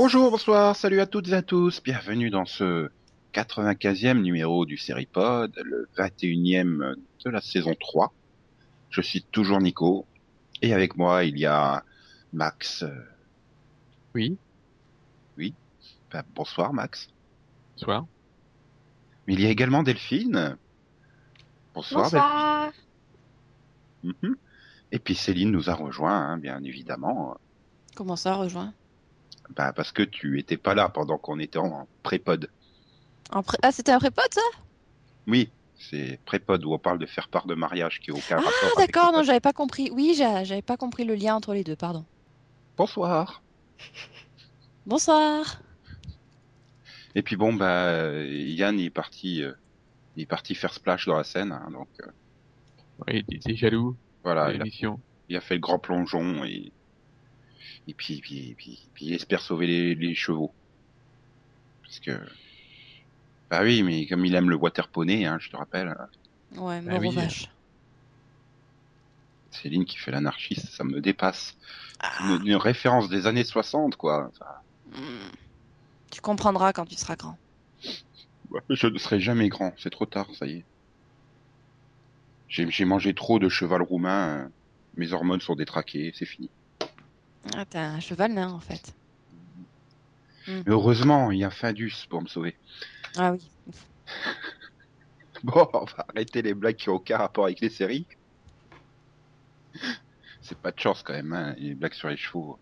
Bonjour, bonsoir, salut à toutes et à tous, bienvenue dans ce 95e numéro du Seripod, le 21e de la saison 3. Je suis toujours Nico, et avec moi il y a Max. Oui, Oui, bonsoir Max. soir. Mais il y a également Delphine. Bonsoir Delphine. Bonsoir. Mhm. Et puis Céline nous a rejoint, hein, bien évidemment, Comment ça, rejoint? parce que tu étais pas là pendant qu'on était en pré-pod. Ah, c'était un pré-pod, ça? Oui, c'est pré-pod où on parle de faire part de mariage qui n'a aucun Ah, rapport avec le d'accord, non, pod. j'avais pas compris. Oui, j'avais pas compris le lien entre les deux, pardon. Bonsoir. Bonsoir. Et puis bon, Yann il est parti faire splash dans la Seine, hein, donc Oui, t'es jaloux de voilà, l'émission. il a fait le grand plongeon et puis il espère sauver les chevaux, parce que bah oui, mais comme il aime le water poney, hein, je te rappelle, Ouais, Ah mort aux oui, vaches. Céline qui fait l'anarchiste, ça me dépasse. C'est Ah, une référence des années 60, quoi. Enfin, hmm, tu comprendras quand tu seras grand. ouais, je ne serai jamais grand, c'est trop tard, ça y est. J'ai mangé trop de cheval roumain, mes hormones sont détraquées, c'est fini. Ah, t'es un cheval nain, en fait. Hmm. Mais heureusement, il y a Findus pour me sauver. Ah oui. Bon, on va arrêter les blagues qui ont aucun rapport avec les séries. C'est pas de chance quand même, hein, les blagues sur les chevaux.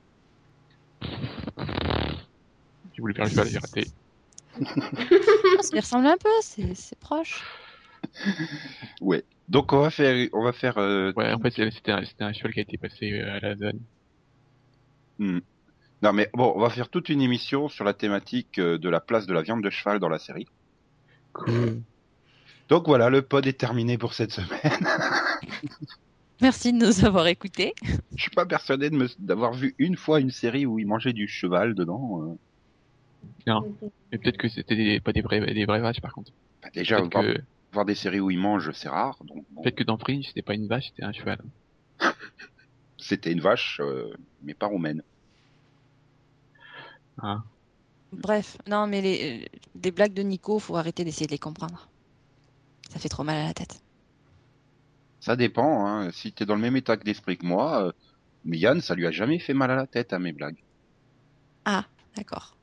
j'ai voulu faire le cheval, j'ai raté. Ah, ça lui ressemble un peu, c'est proche. Ouais. Donc on va faire. Ouais, en fait, c'était un cheval qui a été passé à la zone. Hmm. Non mais bon, on va faire toute une émission sur la thématique de la place de la viande de cheval dans la série. Cool. Donc voilà, le pod est terminé pour cette semaine. Merci de nous avoir écoutés. Je suis pas persuadé d'avoir vu une fois une série où il mangeait du cheval dedans. Non. Mais peut-être que c'était pas des vraies vaches, par contre. Déjà, Peut-être que, voir des séries où il mange, c'est rare. Donc bon, peut-être que dans Fringe, c'était pas une vache, c'était un cheval. c'était une vache, mais pas roumaine. Hein. Bref, non, mais les blagues de Nico, faut arrêter d'essayer de les comprendre. Ça fait trop mal à la tête. Ça dépend, hein. Si t'es dans le même état d'esprit que moi, mais Yann, ça lui a jamais fait mal à la tête à mes blagues. Ah, d'accord.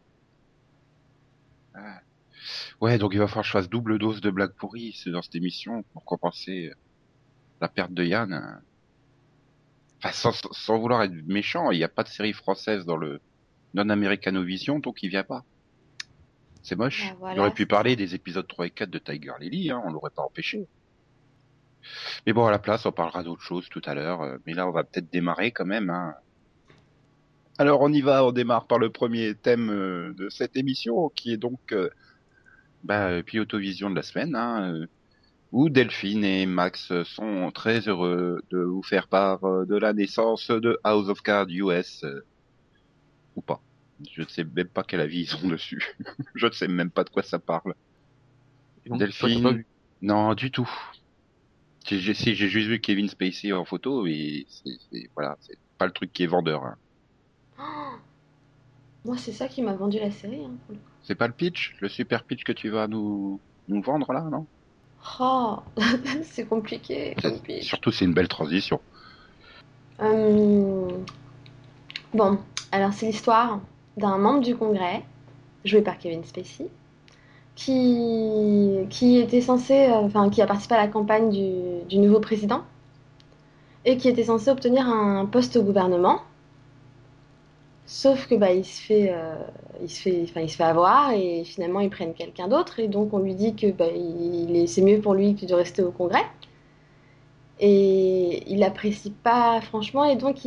Ah. Ouais, donc il va falloir que je fasse double dose de blagues pourries dans cette émission pour compenser la perte de Yann, hein. Enfin, sans vouloir être méchant, il n'y a pas de série française dans le non-Americanovision, donc il vient pas. C'est Bah moche. Il aurait voilà, pu c'est ça. parler des épisodes 3 et 4 de Tiger Lily, hein, on l'aurait pas empêché. Mais bon, à la place, on parlera d'autre chose tout à l'heure. Mais là, on va peut-être démarrer quand même, hein. Alors, on y va, on démarre par le premier thème de cette émission, qui est donc Pilotovision de la semaine, hein, où Delphine et Max sont très heureux de vous faire part de la naissance de House of Cards US, ou pas. Je ne sais même pas quel avis ils ont dessus. Je ne sais même pas de quoi ça parle. Et donc, toi, t'as pas Delphine, vu. non, du tout. Si, j'ai juste vu Kevin Spacey en photo, et voilà, c'est pas le truc qui est vendeur, hein. Oh, moi, c'est ça qui m'a vendu la série, hein, pour le coup. C'est pas le pitch, le super pitch que tu vas nous vendre là, non? Oh, c'est compliqué comme pitch. Surtout, c'est une belle transition. Euh, bon, alors c'est l'histoire d'un membre du Congrès, joué par Kevin Spacey, qui était censé, enfin, qui a participé à la campagne du nouveau président et qui était censé obtenir un poste au gouvernement. Sauf que bah, il se fait avoir et finalement ils prennent quelqu'un d'autre et donc on lui dit que bah, c'est mieux pour lui que de rester au Congrès. Et il apprécie pas franchement et donc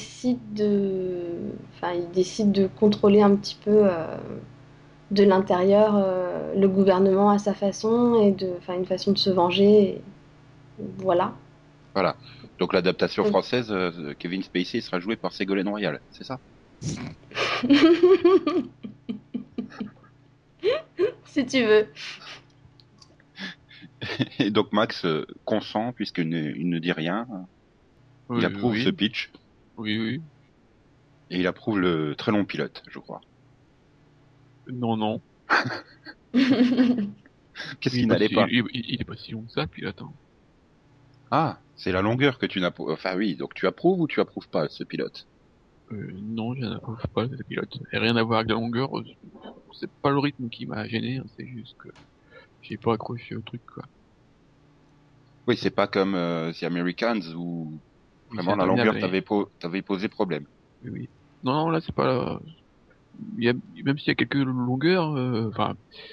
il décide de contrôler un petit peu de l'intérieur le gouvernement à sa façon et enfin une façon de se venger. Voilà. Voilà. Donc l'adaptation Donc, française, Kevin Spacey sera joué par Ségolène Royal, c'est ça? si tu veux. Et donc Max consent puisqu'il ne dit rien. Il Oui, approuve ce oui, pitch oui, oui. et il approuve le très long pilote, je crois. Non, non. Qu'est-ce Il est qui pas n'allait si, pas? il est pas si long que ça, le pilote. Hein. Ah, c'est la longueur que tu n'approuves. Enfin oui, donc tu approuves ou tu approuves pas ce pilote? Non, je n'approuve pas le pilote. Et rien à voir avec la longueur. C'est pas le rythme qui m'a gêné. Hein, c'est juste que j'ai pas accroché au truc, quoi. Oui, c'est pas comme The Americans où Oui, c'est vraiment la longueur interminable. t'avait posé problème. Oui, oui. Non, non, là, c'est pas. Il y a, même s'il y a quelques longueurs, enfin,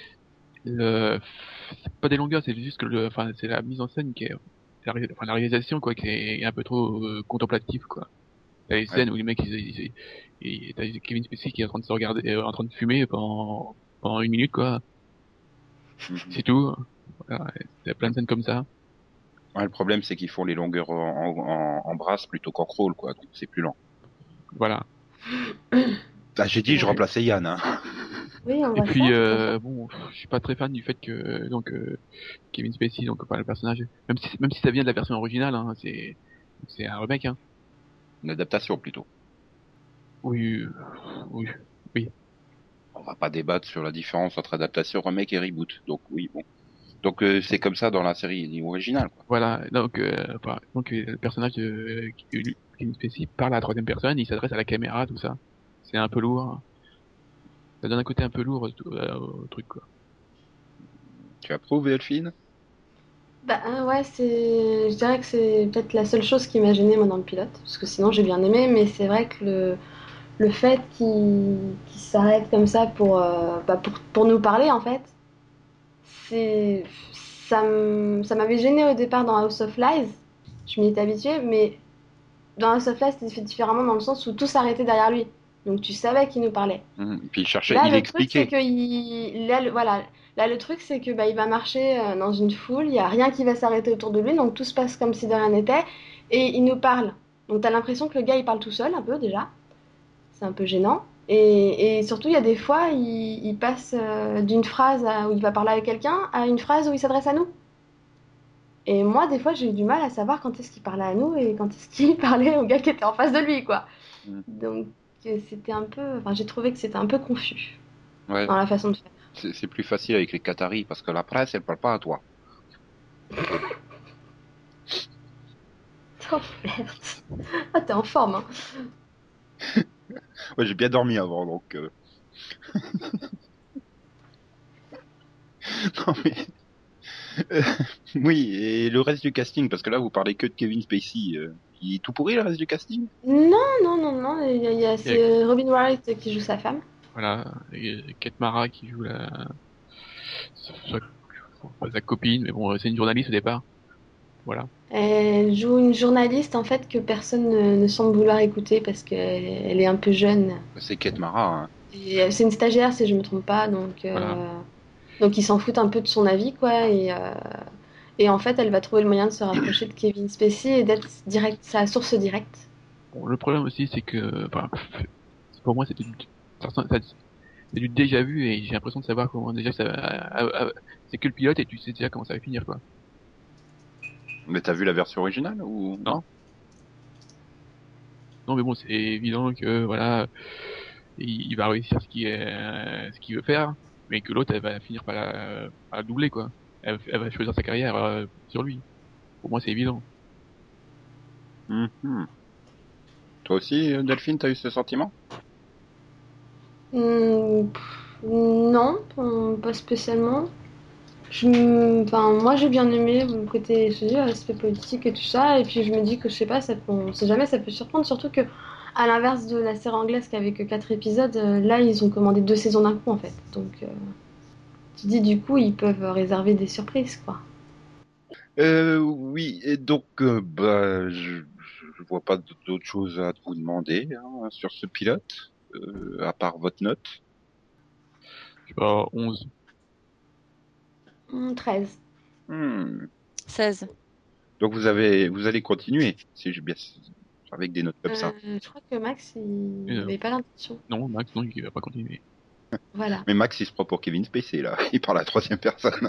c'est pas des longueurs, c'est juste que enfin, c'est la mise en scène qui est, enfin, la réalisation, quoi, qui est un peu trop contemplative, quoi. T'as les Ouais. scènes où les mecs, t'as Kevin Spacey qui est en train de se regarder, en train de fumer pendant 1 minute, quoi. Mhm. C'est tout. Voilà, t'as plein de scènes comme ça. Ouais, le problème, c'est qu'ils font les longueurs en brasse plutôt qu'en crawl, quoi. Donc c'est plus lent. Voilà. Ah, j'ai dit, je Ouais. remplaçais Yann, hein. Oui, on Et voit ça, puis, tout à fait. bon, je suis pas très fan du fait que, donc, Kevin Spacey, donc, pas le personnage, même si ça vient de la version originale, hein, c'est un remake, hein. Une adaptation plutôt. Oui, oui, oui. On va pas débattre sur la différence entre adaptation, remake et reboot. Donc oui, bon. Donc c'est comme ça dans la série originale, quoi. Voilà. Donc, le personnage de Kevin Spacey parle à la troisième personne, il s'adresse à la caméra, tout ça. C'est un peu lourd. Ça donne un côté un peu lourd au truc, quoi. Tu approuves, Delphine? Bah ouais, je dirais que c'est peut-être la seule chose qui m'a gênée moi dans le pilote, parce que sinon j'ai bien aimé, mais c'est vrai que le fait qu'il s'arrête comme ça pour nous parler en fait, c'est ça m'avait gêné au départ dans House of Lies. Je m'y étais habituée, mais dans House of Lies c'était fait différemment dans le sens où tout s'arrêtait derrière lui, donc tu savais qu'il nous parlait. Puis il cherchait, Là, il le truc, c'est expliquait. que voilà. Là, le truc, c'est que bah, il va marcher dans une foule, il y a rien qui va s'arrêter autour de lui, donc tout se passe comme si de rien n'était, et il nous parle. Donc t'as l'impression que le gars, il parle tout seul, un peu déjà. C'est un peu gênant. Et surtout, il y a des fois, il passe d'une phrase où il va parler avec quelqu'un à une phrase où il s'adresse à nous. Et moi, des fois, j'ai eu du mal à savoir quand est-ce qu'il parlait à nous et quand est-ce qu'il parlait au gars qui était en face de lui, quoi. Hmm. Donc, c'était un peu. Enfin, j'ai trouvé que c'était un peu confus Ouais, dans la façon de faire. c'est plus facile avec les Qataris parce que la presse, elle parle pas à toi. Oh merde. Ah, t'es en forme, hein. Ouais, j'ai bien dormi avant, donc non mais euh, oui, et le reste du casting, parce que là vous parlez que de Kevin Spacey. Il est tout pourri le reste du casting? Non, non, non, non. Il y a, C'est Robin Wright qui joue sa femme. voilà, il y a Kate Mara qui joue sa, pas sa copine, mais bon, c'est une journaliste au départ. Voilà. Elle joue une journaliste en fait que personne ne semble vouloir écouter parce qu'elle est un peu jeune. C'est Kate Mara, hein. Et c'est une stagiaire si je me trompe pas, Voilà. donc ils s'en foutent un peu de son avis quoi. Et en fait, elle va trouver le moyen de se rapprocher de Kevin Spacey et d'être direct, sa source directe. Bon, le problème aussi, c'est que, enfin, pour moi, c'est du déjà vu et j'ai l'impression de savoir comment déjà c'est que le pilote et tu sais déjà comment ça va finir, quoi. Mais t'as vu la version originale ou Non? non? Non, mais bon, c'est évident que, voilà, il va réussir ce qu'il veut faire, mais que l'autre, elle va finir par la doubler, quoi. Elle va choisir sa carrière, sur lui. Pour moi, c'est évident. Mhm. Toi aussi, Delphine, t'as eu ce sentiment? Non, pas spécialement. Enfin, moi j'ai bien aimé le côté, je te dis, l'aspect politique et tout ça, et puis je me dis que je sais pas, on sait jamais, ça peut surprendre, surtout que à l'inverse de la série anglaise qui avait que 4 épisodes, là ils ont commandé 2 saisons d'un coup en fait. Donc tu dis du coup ils peuvent réserver des surprises quoi. Oui, et donc bah je vois pas d'autres choses à vous demander hein, sur ce pilote, à part votre note. Je sais pas, 11. 13. Hmm. 16. Donc vous allez continuer, si j'ai bien avec des notes comme ça. Je crois que Max il Euh, n'avait pas l'intention. non, Max, non, il va pas continuer. Voilà. Mais Max, il se prend pour Kevin Spacey là, il parle à la troisième personne.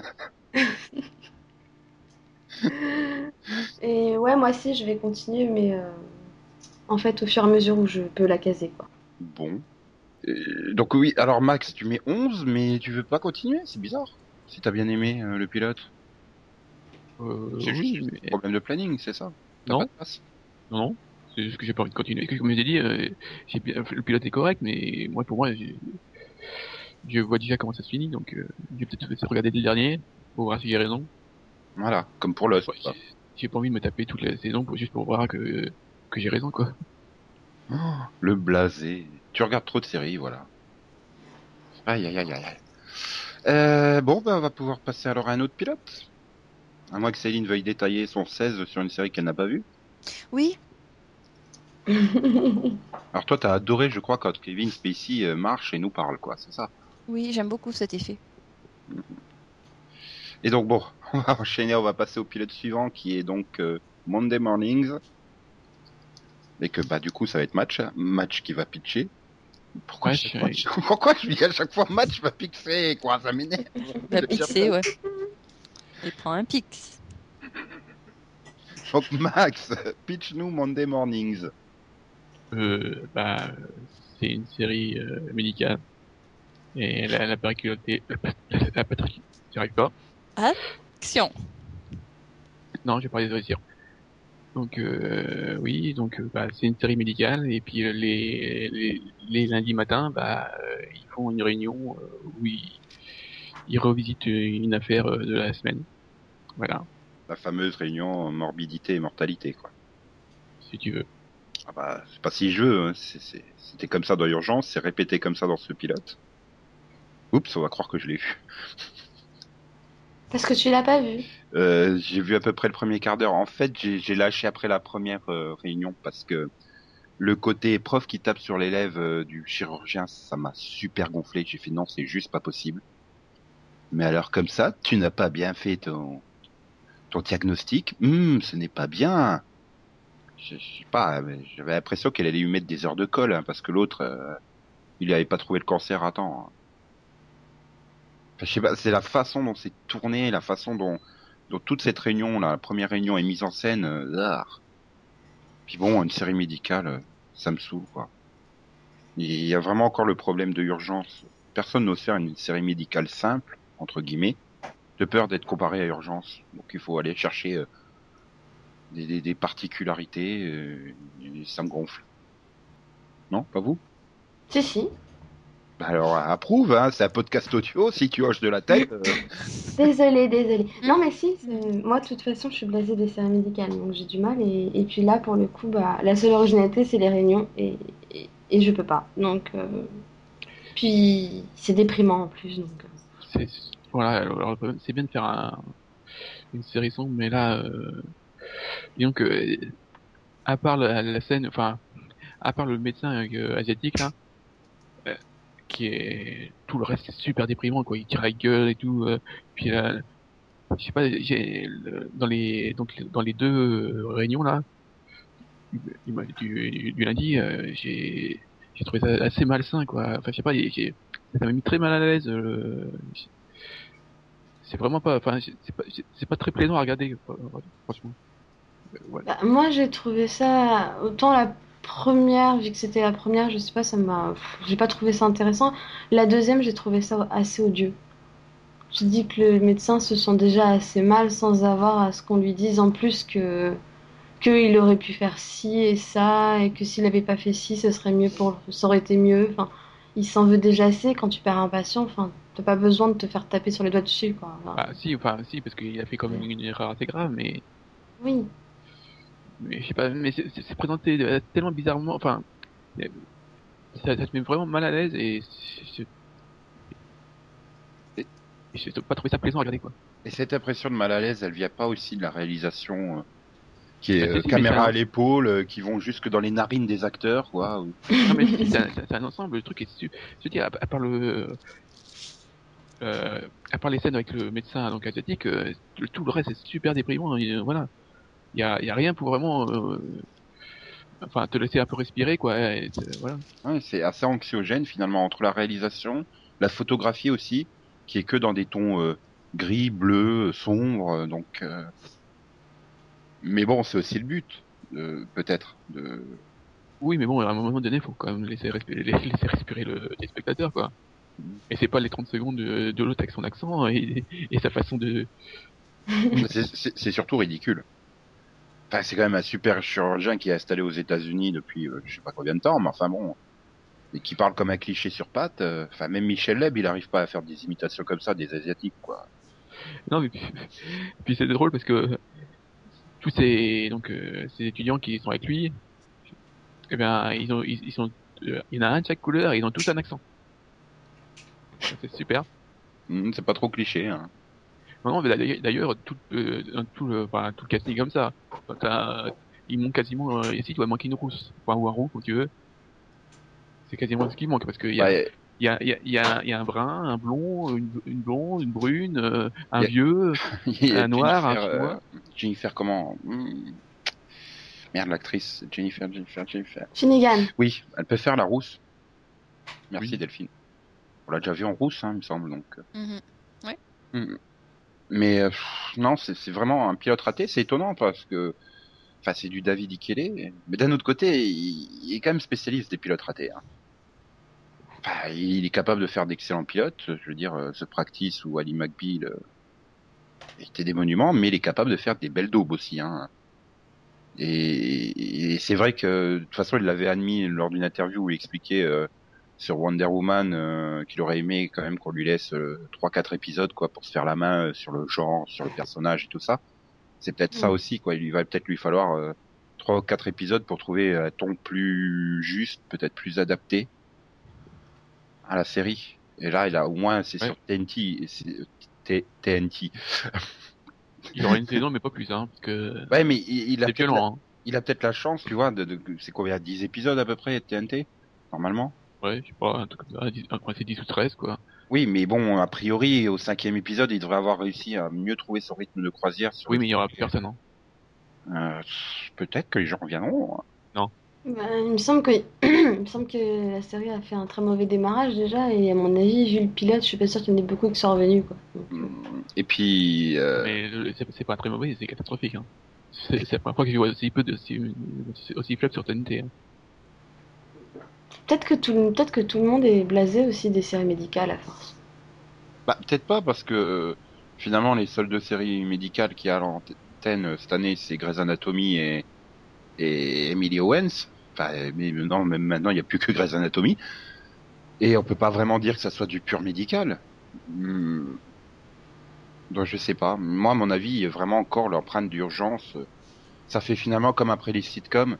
Et ouais, moi aussi je vais continuer, mais en fait au fur et à mesure où je peux la caser quoi. Bon. Donc oui, alors Max, tu mets 11, mais tu veux pas continuer? C'est bizarre. Si t'as bien aimé le pilote. C'est Oui, juste un mais problème de planning, c'est ça? T'as pas non, de place? non, non. C'est juste que j'ai pas envie de continuer. Comme je l'ai dit, le pilote est correct, mais moi, pour moi, je vois déjà comment ça se finit, donc je vais peut-être essayer de regarder le dernier pour voir si j'ai raison. Voilà, comme pour J'ai Lost, pas, quoi. j'ai pas envie de me taper toute la saison juste pour voir que j'ai raison, quoi. Oh, le blasé. Tu regardes trop de séries, voilà. Aïe, aïe, aïe, aïe. Aïe. Bon, on va pouvoir passer alors à un autre pilote. À moins que Céline veuille détailler son 16 sur une série qu'elle n'a pas vue. Oui, Alors toi, t'as adoré, je crois, quand Kevin Spacey marche et nous parle, quoi, c'est ça. oui, j'aime beaucoup cet effet. Et donc bon, on va enchaîner, on va passer au pilote suivant qui est donc Monday Mornings. Et que bah du coup ça va être match qui va pitcher. Pourquoi Match, pourquoi je dis à chaque fois match va pitcher quoi, ça m'énerve. Va Déjà pixer, bien. ouais. Il prend un pix. Donc Max, pitch nous Monday Mornings. bah, c'est une série médicale et la particularité, la particularité, j'y arrive pas. Action. Non, j'ai parlé de réussir. Donc oui, donc bah, c'est une série médicale et puis les lundis matins, bah ils font une réunion où ils revisitent une affaire de la semaine. Voilà, La fameuse réunion morbidité et mortalité quoi. si tu veux. Ah bah c'est pas si je veux, hein. C'était comme ça dans Urgence, c'est répété comme ça dans ce pilote. Oups, on va croire que je l'ai vu. Parce que tu l'as pas vu. J'ai vu à peu près le premier quart d'heure. En fait, j'ai lâché après la première réunion parce que le côté prof qui tape sur l'élève du chirurgien, ça m'a super gonflé. J'ai fait non, c'est juste pas possible. Mais alors comme ça, tu n'as pas bien fait ton diagnostic. Ce n'est pas bien. Je sais pas, mais j'avais l'impression qu'elle allait lui mettre des heures de colle hein, parce que l'autre, il avait pas trouvé le cancer à temps. Hein. Enfin, je sais pas, c'est la façon dont c'est tourné, la façon dont toute cette réunion, la première réunion est mise en scène. Puis bon, une série médicale, ça me saoule quoi. Il y a vraiment encore le problème de urgence. Personne n'ose faire une série médicale simple, entre guillemets, de peur d'être comparé à urgence. Donc il faut aller chercher des particularités, et ça me gonfle. Non, pas vous? Si, si. Bah alors approuve, hein, c'est un podcast audio, si tu hoches de la tête. Désolée, désolée. Non, mais si, moi, de toute façon, je suis blasée des séries médicales, donc j'ai du mal. Et puis là, pour le coup, bah, la seule originalité, c'est les réunions, et je peux pas. Donc, puis, c'est déprimant en plus. Donc, Voilà, alors, le problème, c'est bien de faire une série sombre, mais là, disons que à part la scène, enfin, à part le médecin asiatique là, euh, qui est tout le reste c'est super déprimant quoi, il tire la gueule et tout, puis là, je sais pas, dans les deux réunions là, du lundi, j'ai trouvé ça assez malsain quoi. Enfin, je sais pas, ça m'a mis très mal à l'aise. C'est vraiment pas, enfin, c'est pas très plaisant à regarder, quoi, franchement. Ouais. bah, moi, j'ai trouvé ça. Autant la première, vu que c'était la première, je sais pas, ça m'a. J'ai pas trouvé ça intéressant. La deuxième, j'ai trouvé ça assez odieux. Je dis que le médecin se sent déjà assez mal sans avoir à ce qu'on lui dise en plus qu'il aurait pu faire ci et ça, et que s'il n'avait pas fait ci, ce serait mieux ça aurait été mieux. Enfin, il s'en veut déjà assez quand tu perds un patient. Enfin, t'as pas besoin de te faire taper sur les doigts dessus, quoi. Enfin, Bah, si, enfin, si, parce qu'il a fait comme une erreur assez grave, oui. mais je sais pas, mais c'est présenté tellement bizarrement, enfin, euh, ça te met vraiment mal à l'aise et je n'ai pas trouvé ça plaisant à regarder, quoi. Et cette impression de mal à l'aise, elle vient pas aussi de la réalisation qui est Bah, si, mais caméra à l'épaule, qui vont jusque dans les narines des acteurs, quoi. non, mais si, c'est un ensemble, le truc est, je veux dire, à part les scènes avec le médecin, donc asiatique, tout le reste est super déprimant, et, voilà. Il y a rien pour vraiment, enfin, te laisser un peu respirer, quoi, voilà. Ouais, c'est assez anxiogène finalement entre la réalisation, la photographie aussi, qui est que dans des tons gris, bleus, sombres. Mais bon, c'est aussi le but, peut-être, de Oui, mais bon, à un moment donné, faut quand même laisser respirer les spectateurs, quoi. Et c'est pas les 30 secondes de l'autre avec son accent et sa façon de... C'est surtout ridicule. Enfin, c'est quand même un super chirurgien qui est installé aux États-Unis depuis je sais pas combien de temps, mais enfin bon, et qui parle comme un cliché sur pattes. Enfin, même Michel Leb, il arrive pas à faire des imitations comme ça des Asiatiques, quoi. Non, mais puis c'est drôle parce que tous ces étudiants qui sont avec lui, eh bien, ils sont, il y en a un de chaque couleur et ils ont tous un accent. C'est super. C'est pas trop cliché, hein. Non, non, mais d'ailleurs, tout le casting est comme ça. Il manque quasiment, ici, il doit manquer une rousse, enfin, ou un roux, comme tu veux. C'est quasiment ce qui manque, parce qu'il y a, Ouais, il y a un brun, un blond, une blonde, une brune, un il y a, vieux, il y a un noir, un Jennifer, chinois. Jennifer comment? Merde, l'actrice, Jennifer. Finnegan. Oui, elle peut faire la rousse. Merci Oui. Delphine. On l'a déjà vu en rousse, hein, il me semble, donc. Mhm. Ouais. Mm. Mais non, c'est vraiment un pilote raté. C'est étonnant parce que, enfin, c'est du David Ikele, mais d'un autre côté, il est quand même spécialiste des pilotes ratés, hein. Enfin, il est capable de faire d'excellents pilotes. Je veux dire, The Practice ou Ali McBeal étaient des monuments, mais il est capable de faire des belles daubes aussi, hein. Et c'est vrai que de toute façon, il l'avait admis lors d'une interview où il expliquait sur Wonder Woman qu'il aurait aimé quand même qu'on lui laisse 3-4 épisodes quoi pour se faire la main sur le genre, sur le personnage et tout ça. C'est peut-être ça Mm. aussi quoi. Il va peut-être lui falloir 3 ou 4 épisodes pour trouver un ton plus juste, peut-être plus adapté à la série. Et là, il a au moins c'est Ouais. sur TNT, et TNT. Il aura une saison, mais pas plus, hein, parce que Ouais, mais il a c'est peut-être violent, hein. il a peut-être la chance, tu vois, c'est combien 10 épisodes à peu près TNT normalement. Ouais, je sais pas, un truc comme ça, c'est 10 ou 13, quoi. Oui, mais bon, a priori, au 5e épisode, il devrait avoir réussi à mieux trouver son rythme de croisière sur Oui, le mais il y aura plus truc. personne, hein. Euh, Peut-être que les gens reviendront, hein. Non. Bah, il me semble que... il me semble que la série a fait un très mauvais démarrage déjà, et à mon avis, vu le pilote, je suis pas sûre qu'il y en ait beaucoup qui sont revenus, quoi. Donc, Et puis, Non, mais c'est pas très mauvais, c'est catastrophique, hein. C'est la première fois que je vois aussi faible sur TNT, hein. peut-être que tout le monde est blasé aussi des séries médicales à force. bah, peut-être pas parce que finalement, les seules 2 séries médicales qui a à l'antenne cette année, c'est Grey's Anatomy et Emily Owens. Enfin, mais non, même maintenant, il n'y a plus que Grey's Anatomy. Et on peut pas vraiment dire que ça soit du pur médical. Hmm. Donc je sais pas. Moi, à mon avis, vraiment encore l'empreinte d'urgence, ça fait finalement comme après les sitcoms,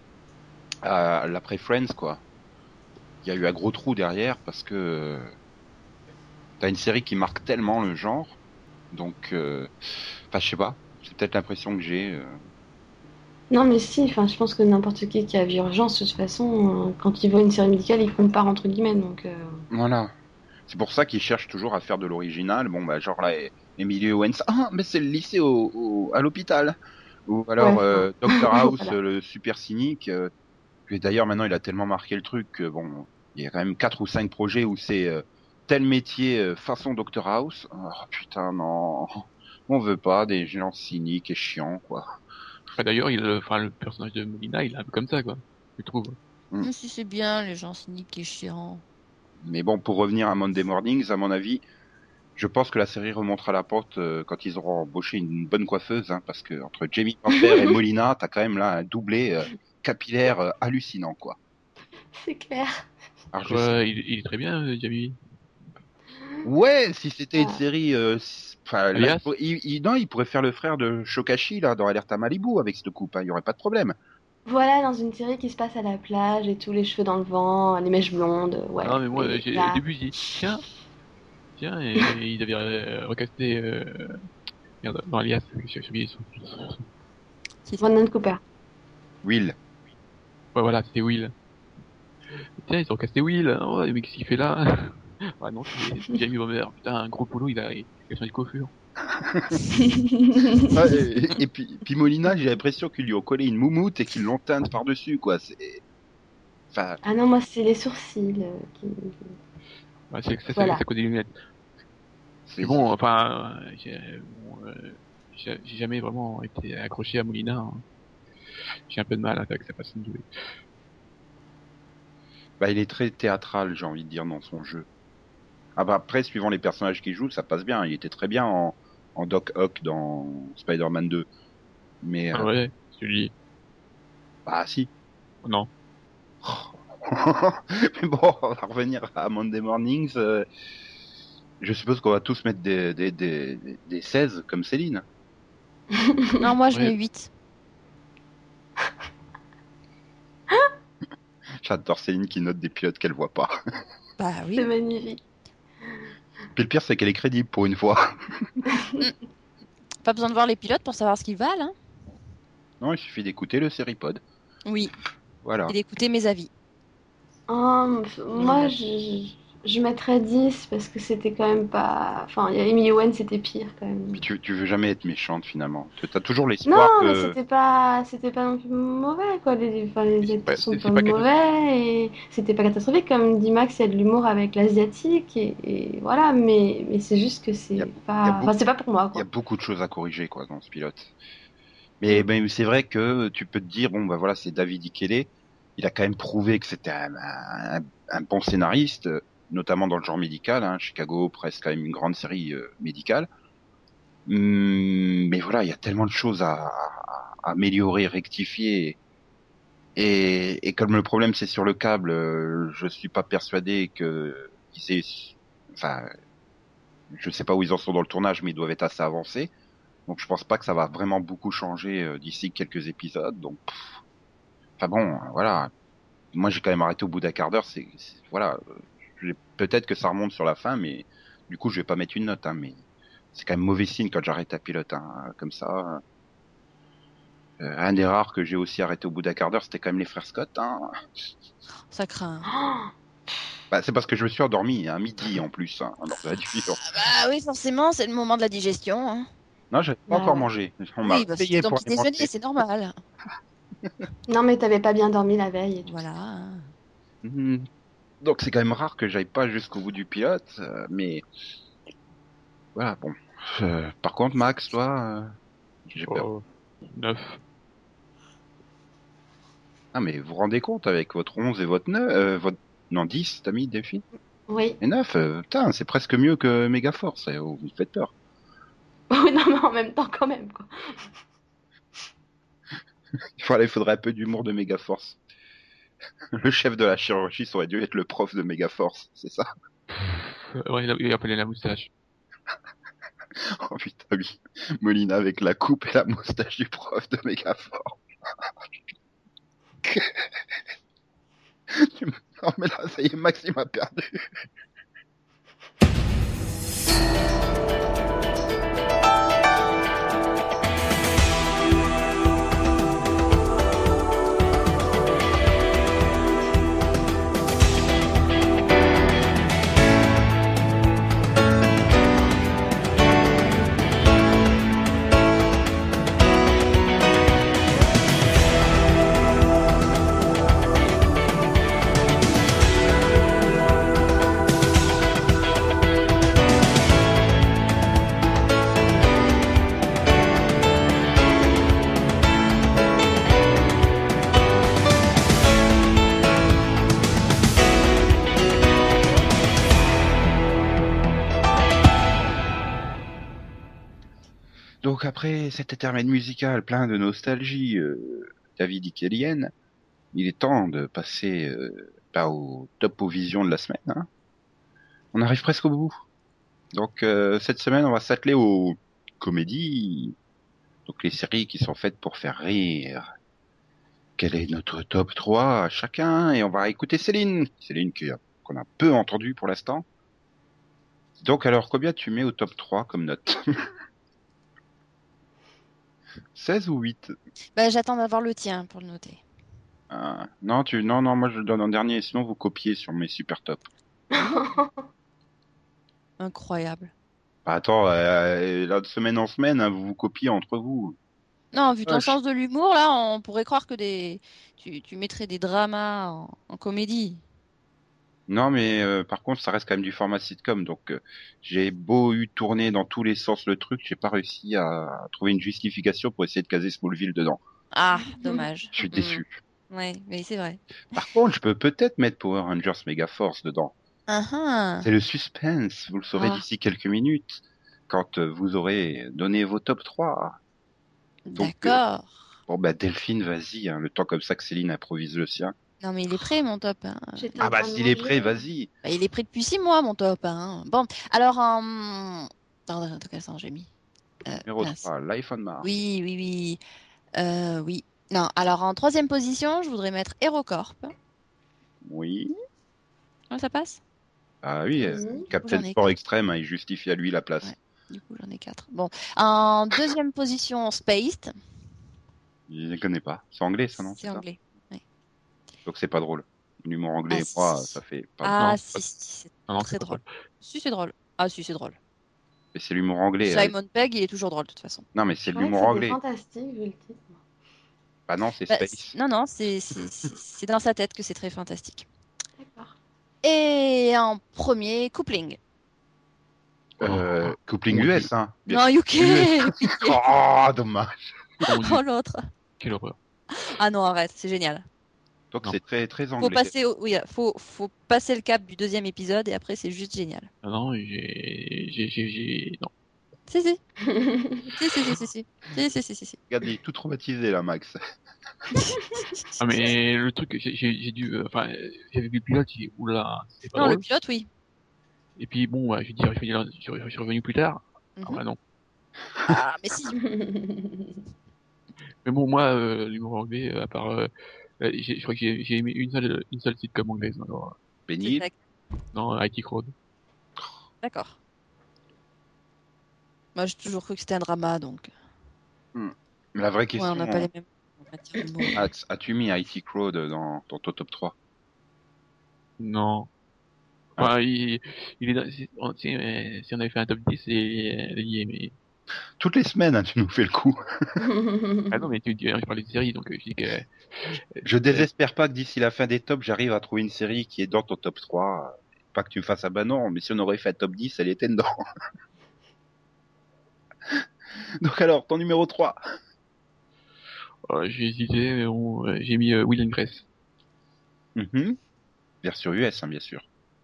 l'après Friends, quoi. Il y a eu un gros trou derrière parce que t'as une série qui marque tellement le genre. Donc, enfin, je sais pas. C'est peut-être l'impression que j'ai. Non, mais si, enfin, je pense que n'importe qui a vu Urgence, de toute façon, quand il voit une série médicale, il compare entre guillemets, donc... Voilà. C'est pour ça qu'ils cherchent toujours à faire de l'original. Bon, bah, genre là, Emily Owens, ah, mais c'est le lycée à l'hôpital. Ou Ouais, alors enfin... Dr House, voilà. le super cynique. Puis d'ailleurs, maintenant, il a tellement marqué le truc que bon, il y a quand même 4 ou 5 projets où c'est tel métier façon Dr House. Oh putain, non, on veut pas des gens cyniques et chiants, quoi. Enfin, d'ailleurs, le personnage de Molina, il est un peu comme ça, quoi. Je trouve. Mm. Mais si c'est bien, les gens cyniques et chiants. Mais bon, pour revenir à Monday Mornings, à mon avis, je pense que la série remontera la pente quand ils auront embauché une bonne coiffeuse, hein, parce que entre Jamie Camper et Molina, t'as quand même là un doublé capillaire hallucinant, quoi. C'est clair. Alors je sais. Ouais, il est très bien, Jamie. Ouais, si c'était une Ah. série, enfin, là, Alias, non, il pourrait faire le frère de Shokashi là dans Alerte à Malibu avec cette coupe, hein, il y aurait pas de problème. Voilà, dans une série qui se passe à la plage et tous les cheveux dans le vent, les mèches blondes, ouais. non, mais moi, Mais au là, début, j'ai dit, tiens, et il avait recasté, merde, dans Alias, j'ai oublié C'est Brandon Cooper. Will. Ouais, voilà, c'était Will. Tiens, ils ont recasté Will. Oh, mais qu'est-ce qu'il fait là? Ah non, c'est Jamie Boomer. Putain, un gros polo, il a changé de coiffure. Ouais, et puis Molina, j'ai l'impression qu'ils lui ont collé une moumoute et qu'ils l'ont teinte par-dessus, quoi. Enfin, Ah non, moi, c'est les sourcils qui... Ouais, c'est Voilà. à cause des lunettes. Mais c'est, bon, enfin, j'ai jamais vraiment été accroché à Molina, hein. J'ai un peu de mal avec sa façon de jouer. Bah, il est très théâtral, j'ai envie de dire, dans son jeu. Ah bah après, suivant les personnages qu'il joue, ça passe bien. Il était très bien en Doc Ock dans Spider-Man 2. Mais, Ah ouais, celui, bah si. non. Mais bon, on va revenir à Monday Mornings. Je suppose qu'on va tous mettre des 16 comme Céline. Non, moi je Ouais. mets 8. J'adore Céline qui note des pilotes qu'elle voit pas. Bah C'est oui. magnifique. Puis le pire, c'est qu'elle est crédible pour une fois. Pas besoin de voir les pilotes pour savoir ce qu'ils valent, hein. Non, il suffit d'écouter le Seripod. Oui. Et Voilà. d'écouter mes avis. Moi, je mettrais 10 parce que c'était quand même pas. Enfin, il y a Emily Owen, c'était pire quand même. Puis tu veux jamais être méchante finalement. T'as toujours l'espoir Non, mais que. c'était pas non plus mauvais, quoi. Enfin, les acteurs sont C'est pas pas mauvais et c'était pas catastrophique. Comme dit Max, il y a de l'humour avec l'asiatique et voilà, mais c'est juste que Il y a, c'est il y a pas. Enfin, beaucoup, c'est pas pour moi, il y a quoi. beaucoup de choses à corriger quoi dans ce pilote. Mais Mm. ben, c'est vrai que tu peux te dire bon bah voilà c'est David Ikele. Il a quand même prouvé que c'était un bon scénariste, notamment dans le genre médical. Hein. Chicago presque quand même une grande série médicale. Mais voilà, il y a tellement de choses à améliorer, rectifier. Et comme le problème c'est sur le câble, je suis pas persuadé que enfin, je sais pas où ils en sont dans le tournage, mais ils doivent être assez avancés. Donc je pense pas que ça va vraiment beaucoup changer d'ici quelques épisodes. Donc, enfin bon, voilà. Moi j'ai quand même arrêté au bout d'un quart d'heure. Voilà, peut-être que ça remonte sur la fin, mais du coup je vais pas mettre une note. Hein, mais c'est quand même mauvais signe quand j'arrête un pilote hein, comme ça. Un des rares que j'ai aussi arrêté au bout d'un quart d'heure, c'était quand même les frères Scott. Hein. Ça craint. Oh, Bah, c'est parce que je me suis endormi à midi en plus. Hein, alors ça va être dur. Ah bah oui, forcément, c'est le moment de la digestion, hein. Non, j'avais pas encore bah, mangé. On m'a Oui, bah c'était réveillé ton pour petit aller déjeuner, manger. c'est normal. non, mais t'avais pas bien dormi la veille et tout Voilà, ça. hein. Hmm. Donc c'est quand même rare que j'aille pas jusqu'au bout du pilote, mais voilà, bon. Par contre, Max, toi, j'ai peur. Oh, 9. Ah, mais vous vous rendez compte avec votre 11 et votre 9, non, 10, t'as mis Delphine? Oui. Et 9, putain, c'est presque mieux que Megaforce, vous me faites peur. Oui, non, mais en même temps, quand même, quoi. Voilà, il faudrait un peu d'humour de Megaforce. Le chef de la chirurgie, ça aurait dû être le prof de Megaforce, c'est ça? Ouais, il a appelé la moustache. Oh putain, oui. Molina avec la coupe et la moustache du prof de Megaforce. Non mais là, ça y est, Maxime a perdu. Donc après cet intermède musical plein de nostalgie, David Ikelienne, il est temps de passer au top vision de la semaine. Hein. On arrive presque au bout. Donc cette semaine, on va s'atteler aux comédies, donc les séries qui sont faites pour faire rire. Quel est notre top 3 à chacun? Et on va écouter Céline. Céline qu'on a peu entendu pour l'instant. Donc alors, combien tu mets au top 3 comme note? 16 ou 8? Bah j'attends d'avoir le tien pour le noter. Non, moi je le donne en dernier, sinon vous copiez sur mes super tops. Incroyable. Bah, attends, là, de semaine en semaine, hein, vous vous copiez entre vous. Non, vu ton Wesh. sens de l'humour, là, on pourrait croire que tu mettrais des dramas en comédie. Non, mais par contre, ça reste quand même du format sitcom, donc j'ai beau eu tourner dans tous les sens le truc, j'ai pas réussi à trouver une justification pour essayer de caser Smallville dedans. Ah, dommage. Je suis Hmm. déçu. Ouais, mais c'est vrai. Par contre, je peux peut-être mettre Power Rangers Megaforce dedans. Ah ah. C'est le suspense, vous le saurez Ah, d'ici quelques minutes, quand vous aurez donné vos top 3. Donc, d'accord. bon bah Delphine, vas-y, hein, le temps comme ça que Céline improvise le sien. Non, mais il est prêt, mon top, hein. J'étais Ah en bah train de s'il est prêt, manger. vas-y. Bah, il est prêt depuis 6 mois, mon top, hein. Bon, alors, dans quel sens j'ai mis? Numéro Mince. 3, Life on Mars. Oui, oui, oui. Oui. Non, alors en troisième position, je voudrais mettre HeroCorp. Oui. Ouais, ça passe? Ah oui, Oui. Du coup, j'en Captain ai Sport 4. Extrême, hein, il justifie à lui la place. Ouais. Du coup, j'en ai 4. Bon. En deuxième position, Spaced. Je ne connais pas. C'est anglais ça, non? C'est C'est ça? anglais. Ouais. Donc c'est pas drôle. L'humour Ah, anglais, si, moi, ça si. fait pas drôle. Ah, Non, si, si, c'est non, non, c'est très pas drôle. drôle. Si, c'est drôle. Ah, si, c'est drôle. Mais c'est l'humour anglais. Simon Pegg, il est toujours drôle, de toute façon. Non, mais Je c'est croyais que l'humour c'était anglais. fantastique, vu le titre. Bah non, c'est Bah, Space. non, non, c'est dans sa tête que c'est très fantastique. D'accord. Et en premier, Coupling. Coupling Oh, US, hein. Bien Non, sûr. UK, US. pitié. Oh, dommage. mon Dieu, Oh, l'autre. quelle horreur. Ah non, arrête, c'est génial. Donc Non, c'est très, très Faut anglais. passer oui, faut passer le cap du deuxième épisode et après c'est juste génial. non, non, non. Si si. Si si si si si. Si si si si si. Regarde, il est tout traumatisé là, Max. Ah, mais le truc, j'ai dû, enfin, j'avais vu le pilote, j'ai dit, oula, c'est pas Non, le drôle. pilote, oui. Et puis bon, ouais, je suis revenu plus tard. Ah Mhm. bah non. Ah, mais si. Mais bon, moi, l'humour anglais, à part, je crois que j'ai aimé une seule sitcom anglaise. Alors, C'est Béni. ça. non, IT Crowd. D'accord. Moi, j'ai toujours cru que c'était un drama, donc. Hmm. Mais la vraie Ouais, on question, n'a pas les mêmes en matière d'humour. Max, as-tu mis IT Crowd dans ton top 3? Non. Ah. Enfin, il est si on avait fait un top 10, elle y est, mais, Toutes les semaines, hein, tu nous fais le coup. ah non, mais je parlais de série, donc, je dis que, Je désespère pas que d'ici la fin des tops, j'arrive à trouver une série qui est dans ton top 3. Pas que tu me fasses ah bah non, mais si on aurait fait un top 10, elle était dedans. Donc alors, ton numéro 3. j'ai hésité, mais bon, j'ai mis Will and Grace. Mhm. Version US, hein, bien sûr.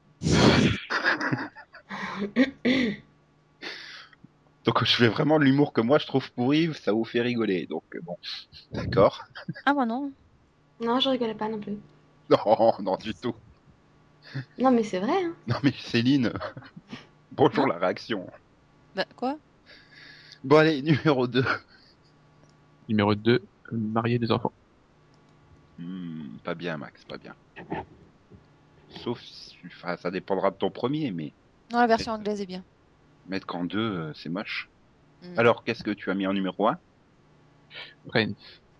Donc je fais vraiment de l'humour que moi je trouve pourri, ça vous fait rigoler. Donc bon, d'accord. Ah, moi non. Non, je rigolais pas non plus. Non, non du tout. Non, mais c'est vrai, hein. Non mais Céline, bonjour Non. la réaction. Bah, quoi? Bon allez, numéro 2. Numéro 2, marier des enfants. Pas bien Max, pas bien. Sauf, enfin, ça dépendra de ton premier, mais Non, la version anglaise est bien. mettre qu'en 2, c'est moche. Mm. Alors, qu'est-ce que tu as mis en numéro 1? Friends.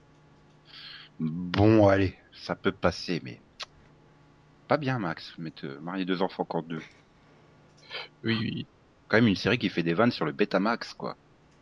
Bon, allez, ça peut passer, mais pas bien Max, mettre marier deux enfants qu'en 2. Oui, oui. Quand même une série qui fait des vannes sur le Betamax, quoi.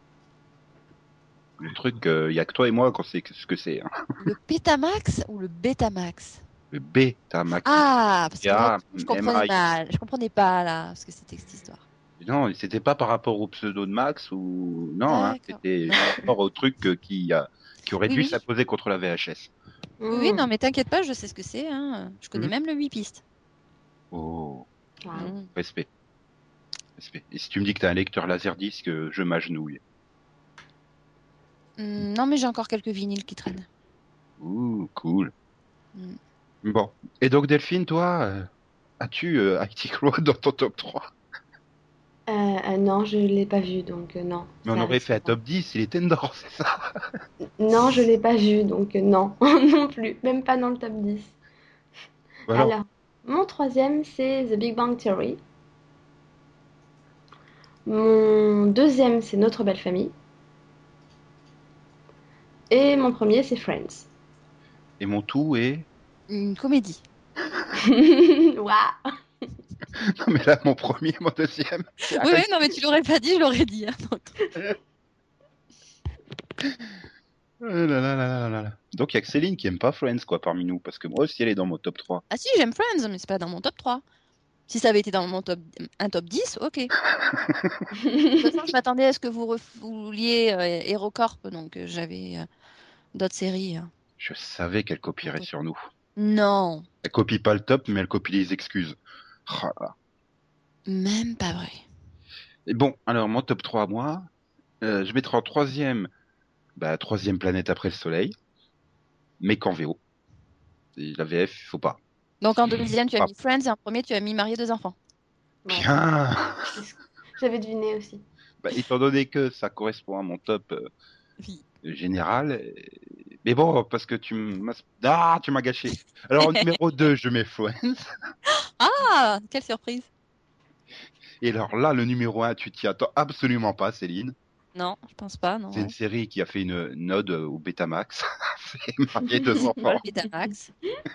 Le truc, y a que toi et moi qu'on sait ce que c'est. Hein. Le Betamax ou le Betamax? Le Betamax. Ah, parce que moi, je comprenais B-A-M-A-I. mal. Je comprenais pas, là, ce que c'était que cette histoire. Non, c'était pas par rapport au pseudo de Max ou non, hein, D'accord. c'était par rapport au truc qui aurait Oui, dû oui. s'imposer contre la VHS. Oui, oui, Mm. non, mais t'inquiète pas, je sais ce que c'est, hein. Je connais Mhm. même le 8 pistes. Oh, Wow. Mm. respect, respect. Et si tu me dis que t'as un lecteur laserdisc, je m'agenouille. Non, mais j'ai encore quelques vinyles qui traînent. Ouh, cool. Mm. Bon. Et donc Delphine, toi, as-tu IT Crowd dans ton top 3? Non, je l'ai pas vu, donc non. Mais on ça aurait fait un risque pas. top 10, il était dedans, c'est ça? Non, je l'ai pas vu, donc non, non plus. Même pas dans le top 10. Alors, Alors, mon troisième, c'est The Big Bang Theory. Mon deuxième, c'est Notre Belle Famille. Et mon premier, c'est Friends. et mon tout est... Une comédie. Waouh! Non mais là, mon premier, mon deuxième... c'est Oui, oui, arrête. non, mais tu l'aurais pas dit, je l'aurais dit, hein, donc. Oh là là là là là là. Donc il y a que Céline qui aime pas Friends, quoi, parmi nous, parce que moi aussi, elle est dans mon top 3. Ah si, j'aime Friends, mais c'est pas dans mon top 3. Si ça avait été dans mon un top 10, ok. De toute façon, je m'attendais à ce que vous vouliez HeroCorp, donc j'avais d'autres séries. Je savais qu'elle copierait sur nous. Non, Elle copie pas le top, mais elle copie les excuses. Oh là là. même pas vrai. Et bon, alors mon top 3 à moi, je mettrai en troisième, troisième planète après le Soleil, mais qu'en VO. Et la VF, faut pas. Donc en deuxième, tu as Ah. mis Friends et en premier, tu as mis Marié deux enfants. Ouais, Bien. j'avais deviné aussi. Étant donné que ça correspond à mon top Oui. général, mais bon, parce que tu m'as gâché. Alors en numéro 2, je mets Friends. Ah, quelle surprise. Et alors là, le numéro 1, tu t'y attends absolument pas, Céline. Non, je pense pas, non. C'est une série qui a fait une ode au Betamax. C'est Marié deux Paul enfants. Betamax.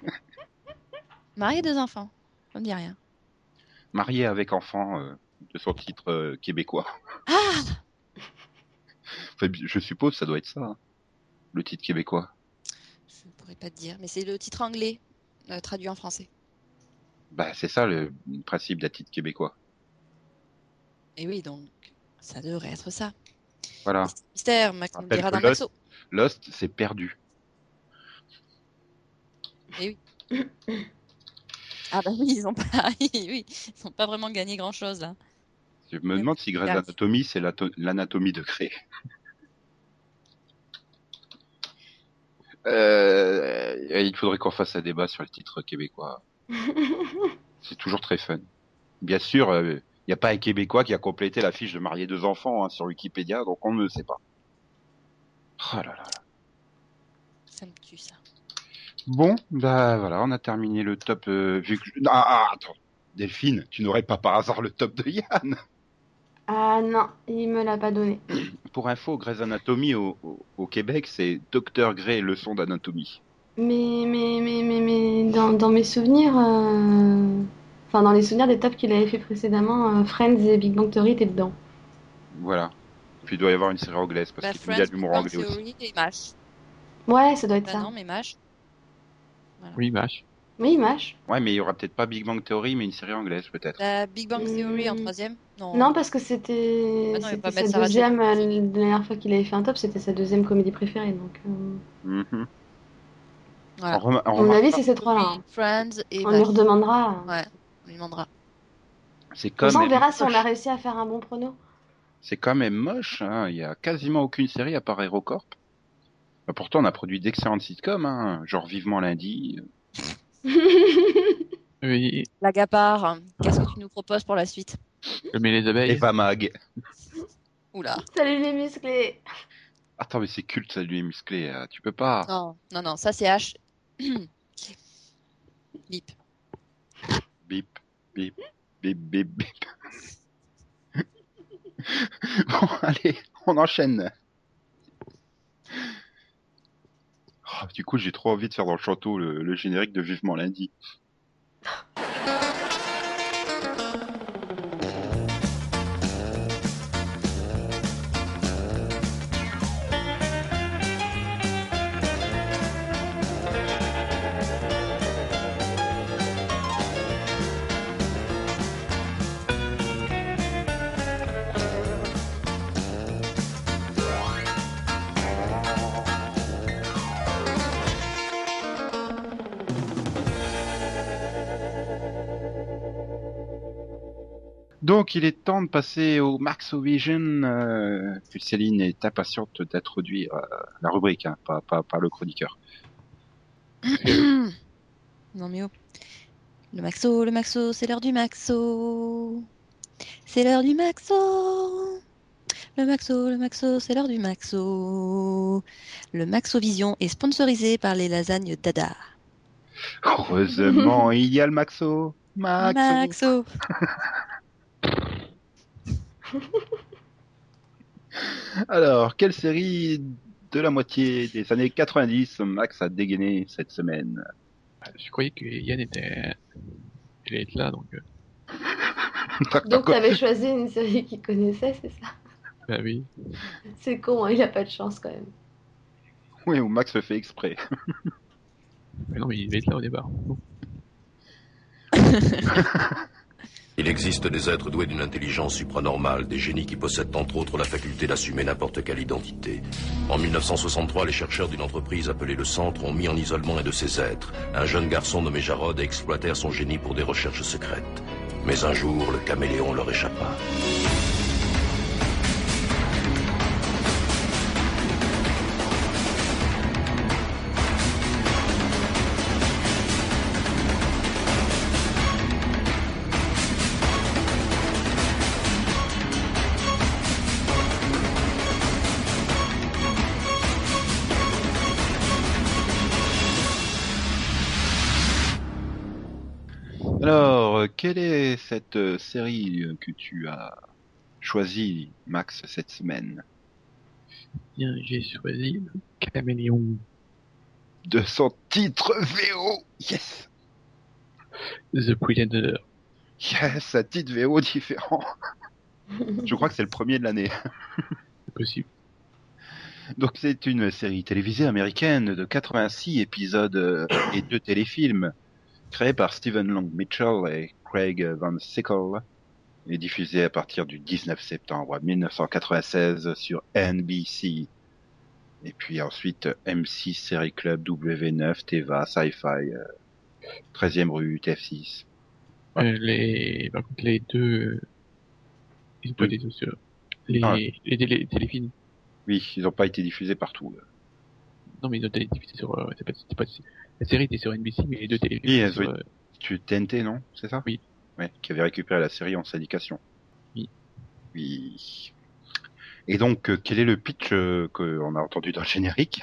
Marié deux enfants. Ça me dit rien. Marié avec enfant de son titre québécois. Ah, Enfin, je suppose que ça doit être ça, hein, le titre québécois. je ne pourrais pas te dire, mais c'est le titre anglais traduit en français. C'est ça le principe d'un titre québécois. Et oui, donc ça devrait être ça. Voilà. Mystère, Max nous Rappelle dira que dans Maxo. Lost, c'est perdu. Et oui. Ah bah oui, ils ont pas, oui, ils ont pas vraiment gagné grand-chose là. Je me demande si Grey's Anatomy, c'est l'anatomie de Grey. Il faudrait qu'on fasse un débat sur les titres québécois. C'est toujours très fun. Bien sûr, il n'y a pas un Québécois qui a complété la fiche de marier deux enfants sur Wikipédia, donc on ne sait pas. Oh là là. Ça me tue ça. Bon, voilà, on a terminé le top. Vu que... attends, Delphine, tu n'aurais pas par hasard le top de Yann? Ah non, il me l'a pas donné. Pour info, Grey's Anatomy au Québec, c'est Dr Grey, leçon d'anatomie. Mais dans mes souvenirs, enfin dans les souvenirs des tops qu'il avait fait précédemment, Friends et Big Bang Theory étaient dedans. Voilà. Puis il doit y avoir une série anglaise, parce Bah, qu'il y a Friends, de Big l'humour Bang anglais aussi. Theory et MASH. Ouais, ça doit être Bah ça. non, mais MASH. Voilà. Oui, MASH. Oui, MASH. Ouais, mais il y aura peut-être pas Big Bang Theory, mais une série anglaise peut-être. Big Bang Theory en troisième? Non. Non, parce que c'était Ah non, il va pas sa mettre Sarah deuxième, Jane. la dernière fois qu'il avait fait un top, c'était sa deuxième comédie préférée. Donc, Mhm. Voilà. à mon avis, c'est ces trois-là. hein. Friends et On lui MASH. redemandera. Ouais, on lui demandera. C'est Comme quand ça, on même verra si on a moche. réussi à faire un bon prono. C'est quand même moche, hein. Il y a quasiment aucune série à part HeroCorp. Pourtant, on a produit d'excellentes sitcoms, hein, genre Vivement lundi. Oui, Blague à part, qu'est-ce que tu nous proposes pour la suite? je mets les abeilles. Eva Mag. Oula. Salut les musclés. Attends, mais c'est culte, ça, lui est musclé. Tu peux pas. Non, ça c'est H. Bip. Bip, bip, bip, bip, bip. Bon, allez, on enchaîne. Du coup, j'ai trop envie de faire dans le château le générique de Vivement lundi. Donc, il est temps de passer au Maxovision. Puis Céline est impatiente d'introduire la rubrique, hein, pas le chroniqueur. Non mais oh. Le Maxo, c'est l'heure du Maxo. C'est l'heure du Maxo. Le Maxo, c'est l'heure du Maxo. Le Maxovision est sponsorisé par les lasagnes Dada. Heureusement, il y a le Maxo. Maxo. Alors, quelle série de la moitié des années 90 Max a dégainé cette semaine? Je croyais que Yann allait être là, donc. Donc, t'avais choisi une série qu'il connaissait, c'est ça? Bah oui. C'est con, hein, il a pas de chance quand même. Oui, ou Max le fait exprès. Mais non, mais il va être là au départ. Bon. Il Il existe des êtres doués d'une intelligence supranormale, des génies qui possèdent entre autres la faculté d'assumer n'importe quelle identité. En 1963, les chercheurs d'une entreprise appelée le Centre ont mis en isolement un de ces êtres, un jeune garçon nommé Jarod, et exploitèrent son génie pour des recherches secrètes. Mais un jour, le caméléon leur échappa. Alors, quelle est cette série que tu as choisie, Max, cette semaine? Bien, j'ai choisi le Caméléon. De son titre VO. Yes. The Pretender. Yes, un titre VO différent. Je crois que c'est le premier de l'année. C'est possible. Donc c'est une série télévisée américaine de 86 épisodes et 2 téléfilms, créée par Stephen Long Mitchell et Craig Van Sickle, et diffusée à partir du 19 septembre 1996 sur NBC. Et puis ensuite M6, Série Club, W9, Teva, Sci-Fi, 13e rue, TF6. Par contre, les deux, ils ont pas été sur les téléfilms. Oui, ils n'ont pas été diffusés partout. Non, mais ils ont été diffusés sur, la série était sur NBC, mais les deux téléfilms. Oui, tu TNT, non? C'est ça? Oui. Ouais, qui avait récupéré la série en syndication. Oui. Oui. Et donc, quel est le pitch qu'on a entendu dans le générique?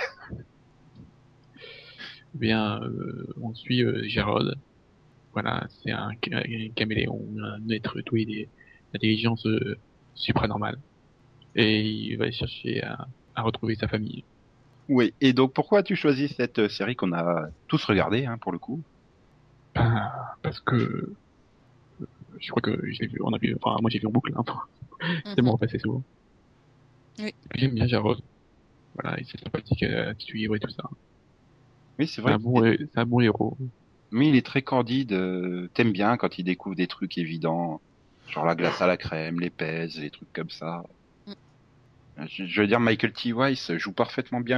Eh bien, on suit Jarod. Voilà, c'est un caméléon, un être doué d'intelligence supranormale. Et il va chercher à retrouver sa famille. Oui. Et donc, pourquoi as-tu choisi cette série qu'on a tous regardée, hein, pour le coup? Parce que je crois que je l'ai vu, moi j'ai vu en boucle, hein. C'est bon, passé souvent. Oui. Et puis j'aime bien Jarod. Voilà, il est sympathique à suivre et tout ça. Oui, c'est vrai. C'est un bon héros. Mais il est très candide. T'aimes bien quand il découvre des trucs évidents, genre la glace à la crème, les pèses, les trucs comme ça. Je veux dire, Michael T. Weiss joue parfaitement bien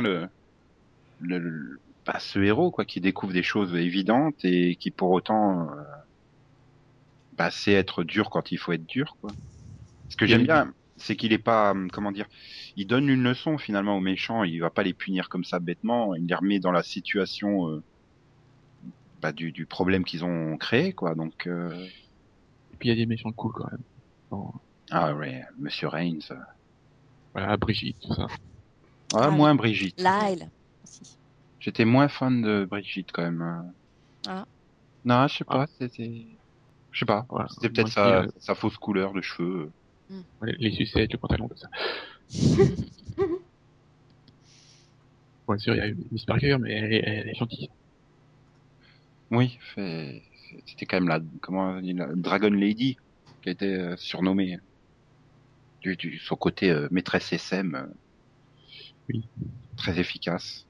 ce héros, quoi, qui découvre des choses évidentes et qui pour autant sait être dur quand il faut être dur, quoi. Ce que j'aime bien, c'est qu'il est pas, comment dire, il donne une leçon finalement aux méchants, il va pas les punir comme ça bêtement, il les remet dans la situation du problème qu'ils ont créé, quoi. Donc et puis il y a des méchants cool quand même. Bon. Ah ouais, Monsieur Reigns. Voilà, Brigitte, tout ça. Ah, moins Brigitte. Lyle aussi. J'étais moins fan de Brigitte quand même. Ah. Non, je sais pas, je sais pas. Voilà. C'était peut-être sa fausse couleur de cheveux. Les sucettes, le pantalon, tout ça. Bien sûr, il y a Miss Parker, mais elle est gentille. Oui, c'était quand même la Dragon Lady qui a été surnommée du son côté maîtresse SM. Oui. Très efficace.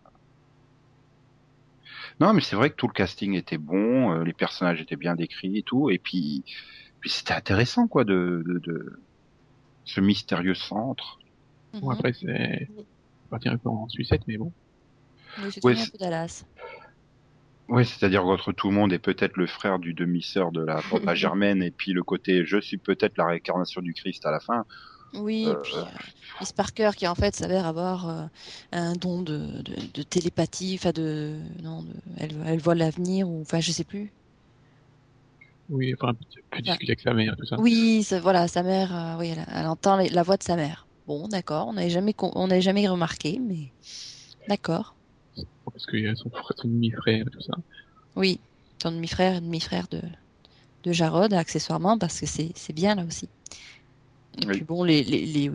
Non, mais c'est vrai que tout le casting était bon, les personnages étaient bien décrits et tout, et puis c'était intéressant, quoi, de ce mystérieux centre. Bon, après, c'est parti un peu en sucette, mais bon. Oui, c'est quand même un peu Dallas. Oui, c'est-à-dire qu'entre tout le monde et peut-être le frère du demi-sœur de la Papa Germaine, et puis le côté je suis peut-être la réincarnation du Christ à la fin. Oui, et puis Miss Parker qui en fait s'avère avoir un don de télépathie, enfin elle voit l'avenir, ou enfin je sais plus. Oui, enfin, elle peut discuter avec sa mère, tout ça. Oui, voilà, sa mère, oui, elle entend la voix de sa mère. Bon, d'accord, on n'avait jamais remarqué, mais d'accord. Parce qu'il y a son demi-frère et tout ça. Oui, son demi-frère de Jarod, accessoirement, parce que c'est bien là aussi. Et puis bon, les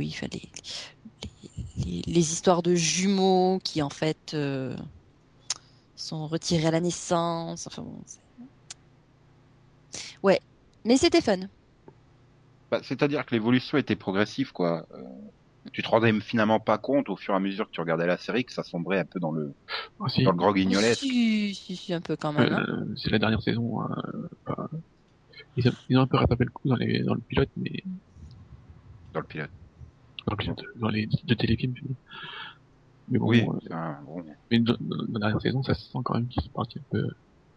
histoires de jumeaux qui en fait sont retirés à la naissance. Enfin bon, ouais, mais c'était fun. C'est-à-dire que l'évolution était progressive, quoi. Tu te rendais finalement pas compte au fur et à mesure que tu regardais la série que ça sombrait un peu dans le grog guignolesque. Si, un peu quand même. C'est la dernière saison. Ils ont un peu rattrapé le coup dans le pilote, mais dans le pilote. dans les deux téléfilms. Mais bon, Oui, bon. mais dans la dernière saison, ça se sent quand même qu'ils sont partis un peu.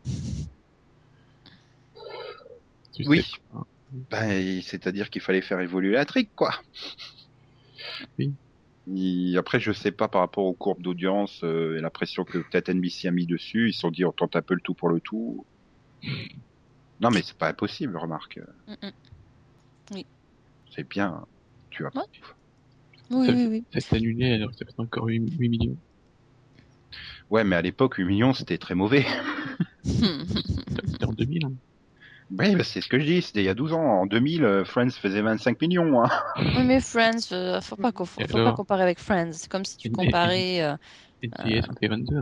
Tu Oui. sais pas. Ben, c'est-à-dire qu'il fallait faire évoluer la trick, quoi. Oui. Après, je sais pas par rapport aux courbes d'audience et la pression que peut-être NBC a mis dessus, ils se sont dit on tente un peu le tout pour le tout. Non, mais c'est pas impossible, remarque. Oui. C'est bien, tu as. Ouais. Oui. Ça s'est annulé, alors ça fait encore 8 millions. Ouais, mais à l'époque, 8 millions, c'était très mauvais. C'était en 2000. Hein. Oui, bah, c'est ce que je dis, c'était il y a 12 ans. En 2000, Friends faisait 25 millions. Hein. Oui, mais Friends, faut pas comparer avec Friends. C'est comme si tu comparais. NCIS, on fait 22.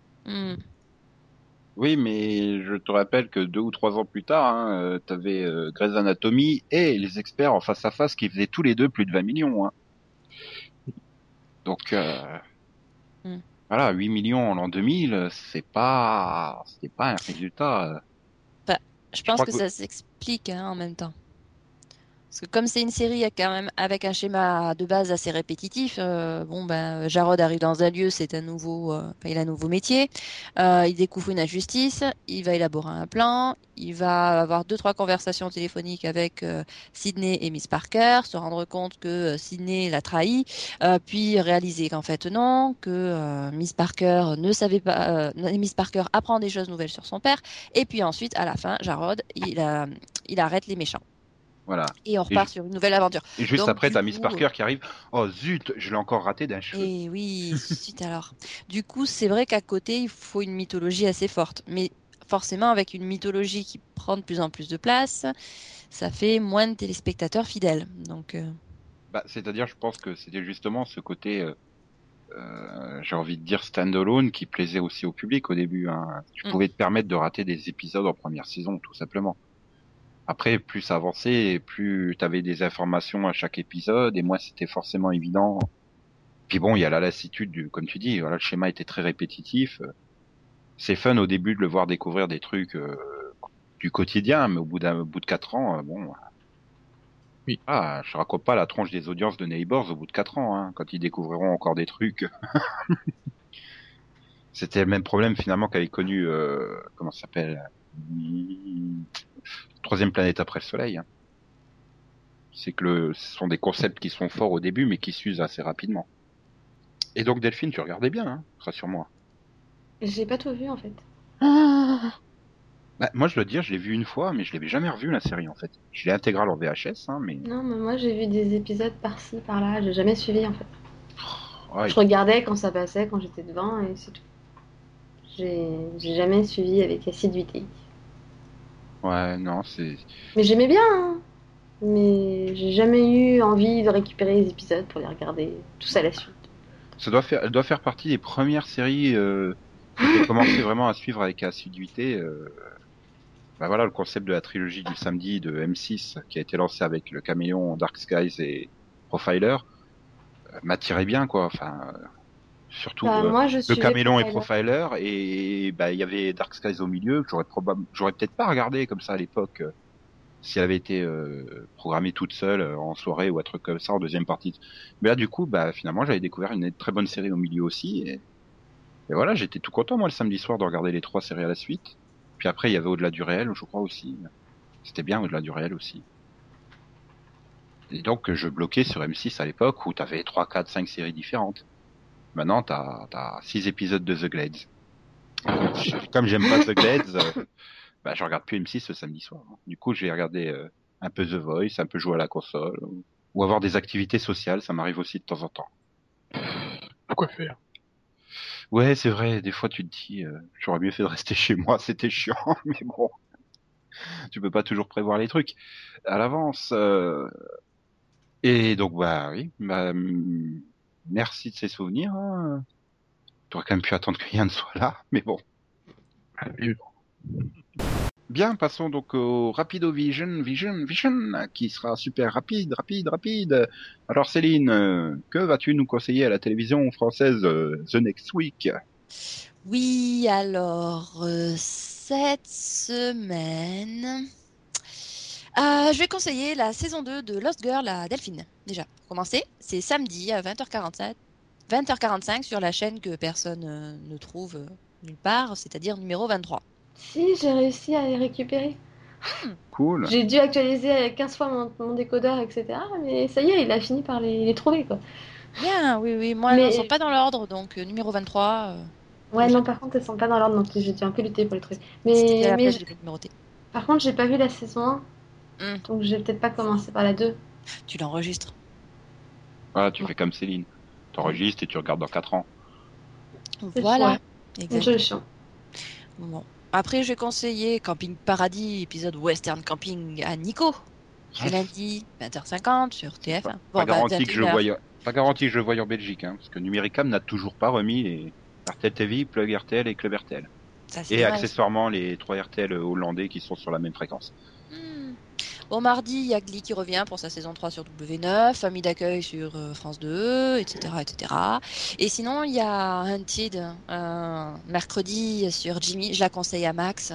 Oui, mais je te rappelle que 2 ou 3 ans plus tard, hein, t'avais Grey's Anatomy et les experts en face à face qui faisaient tous les deux plus de 20 millions. Hein. Donc, voilà, 8 millions en l'an 2000, c'était pas un résultat. Bah, je pense que ça s'explique en même temps. Parce que comme c'est une série quand même avec un schéma de base assez répétitif, Jarod arrive dans un lieu, c'est il a un nouveau métier, il découvre une injustice, il va élaborer un plan, il va avoir 2-3 conversations téléphoniques avec Sydney et Miss Parker, se rendre compte que Sydney l'a trahi, puis réaliser qu'en fait non, que Miss Parker ne savait pas, Miss Parker apprend des choses nouvelles sur son père, et puis ensuite à la fin, Jarod, il arrête les méchants. Voilà. Et on repart sur une nouvelle aventure. Et juste Donc, après, t'as Miss Parker qui arrive. Oh zut, je l'ai encore raté d'un cheveu. Et oui, zut alors. Du coup, c'est vrai qu'à côté, il faut une mythologie assez forte. Mais forcément, avec une mythologie qui prend de plus en plus de place, ça fait moins de téléspectateurs fidèles. Donc, Bah, c'est-à-dire, je pense que c'était justement ce côté, j'ai envie de dire stand-alone, qui plaisait aussi au public au début. Hein. Tu pouvais te permettre de rater des épisodes en première saison, tout simplement. Après, plus ça avançait, plus t'avais des informations à chaque épisode, et moins c'était forcément évident. Puis bon, il y a la lassitude comme tu dis, voilà, le schéma était très répétitif. C'est fun au début de le voir découvrir des trucs du quotidien, mais au bout de 4 ans, bon, Oui. je raconte pas la tronche des audiences de Neighbours au bout de 4 ans, hein, quand ils découvriront encore des trucs. C'était le même problème finalement qu'avait connu, comment ça s'appelle, Troisième planète après le Soleil. Hein. C'est que ce sont des concepts qui sont forts au début, mais qui s'usent assez rapidement. Et donc Delphine, tu regardais bien, hein, rassure-moi. J'ai pas tout vu en fait. Bah, moi, je dois dire, je l'ai vu une fois, mais je l'avais jamais revu la série en fait. Je l'ai intégrale en VHS, hein, mais. Non, mais moi j'ai vu des épisodes par-ci, par-là, j'ai jamais suivi en fait. Ouais. Je regardais quand ça passait, quand j'étais devant et c'est tout. J'ai jamais suivi avec assiduité. Ouais, non, c'est. Mais j'aimais bien, hein. Mais j'ai jamais eu envie de récupérer les épisodes pour les regarder tous à la suite. Elle doit faire partie des premières séries que j'ai commencé vraiment à suivre avec assiduité. Bah voilà, le concept de la trilogie du samedi de M6 qui a été lancé avec le Caméléon, Dark Skies et Profiler m'attirait bien quoi. Enfin, surtout Bah, moi je le suivais Caméléon et Profiler. Profiler et bah il y avait Dark Skies au milieu que j'aurais peut-être pas regardé comme ça à l'époque si elle avait été programmée toute seule en soirée ou un truc comme ça en deuxième partie. Mais là du coup bah finalement j'avais découvert une très bonne série au milieu aussi et voilà, j'étais tout content moi le samedi soir de regarder les 3 séries à la suite. Puis après il y avait Au-delà du réel, je crois aussi. C'était bien Au-delà du réel aussi. Et donc je bloquais sur M6 à l'époque où t'avais 3, 4, 5 séries différentes. Maintenant t'as 6 épisodes de The Glades. Comme j'aime pas The Glades, bah je regarde plus M6 le samedi soir. Du coup j'ai regardé un peu The Voice, un peu jouer à la console ou avoir des activités sociales, ça m'arrive aussi de temps en temps. Pourquoi faire? Ouais, c'est vrai, des fois tu te dis j'aurais mieux fait de rester chez moi, c'était chiant, mais bon, tu peux pas toujours prévoir les trucs à l'avance. Et donc bah oui, merci de ces souvenirs. Hein. T'aurais quand même pu attendre que Yann soit là, mais bon. Allez, Bien, passons donc au Rapido Vision, qui sera super rapide. Alors Céline, que vas-tu nous conseiller à la télévision française The Next Week? oui, alors, cette semaine, Je vais conseiller la saison 2 de Lost Girl à Delphine. Déjà, pour commencer, c'est samedi à 20h45 sur la chaîne que personne ne trouve nulle part, c'est-à-dire numéro 23. Si, j'ai réussi à les récupérer. Cool. J'ai dû actualiser 15 fois mon décodeur, etc. Mais ça y est, il a fini par les trouver, quoi. Bien, oui, moi elles ne sont pas dans l'ordre, donc numéro 23. Ouais, non, par contre, elles sont pas dans l'ordre non plus. J'ai dû un peu lutter pour les trouver. C'était fait à la Mais place de les numéroter. par contre, j'ai pas vu la saison 1. Hmm. Donc, j'ai peut-être pas commencé par la 2. Tu l'enregistres. Voilà, tu fais comme Céline. T'enregistres et tu regardes dans 4 ans. Voilà, Ouais. Une exactement. solution. Bon. Après, je vais conseiller Camping Paradis, épisode Western Camping à Nico. C'est lundi, 20h50 sur TF1. Pas garanti que je 21h. voie. Pas garanti que je voie en Belgique, hein, parce que Numéricam n'a toujours pas remis les RTL TV, Plug RTL et Club RTL. Ça, c'est Et dommage. accessoirement les 3 RTL hollandais qui sont sur la même fréquence. Bon, mardi, il y a Glee qui revient pour sa saison 3 sur W9, Famille d'accueil sur France 2, etc., etc. Et sinon, il y a Hunted, mercredi sur Jimmy. Je la conseille à Max.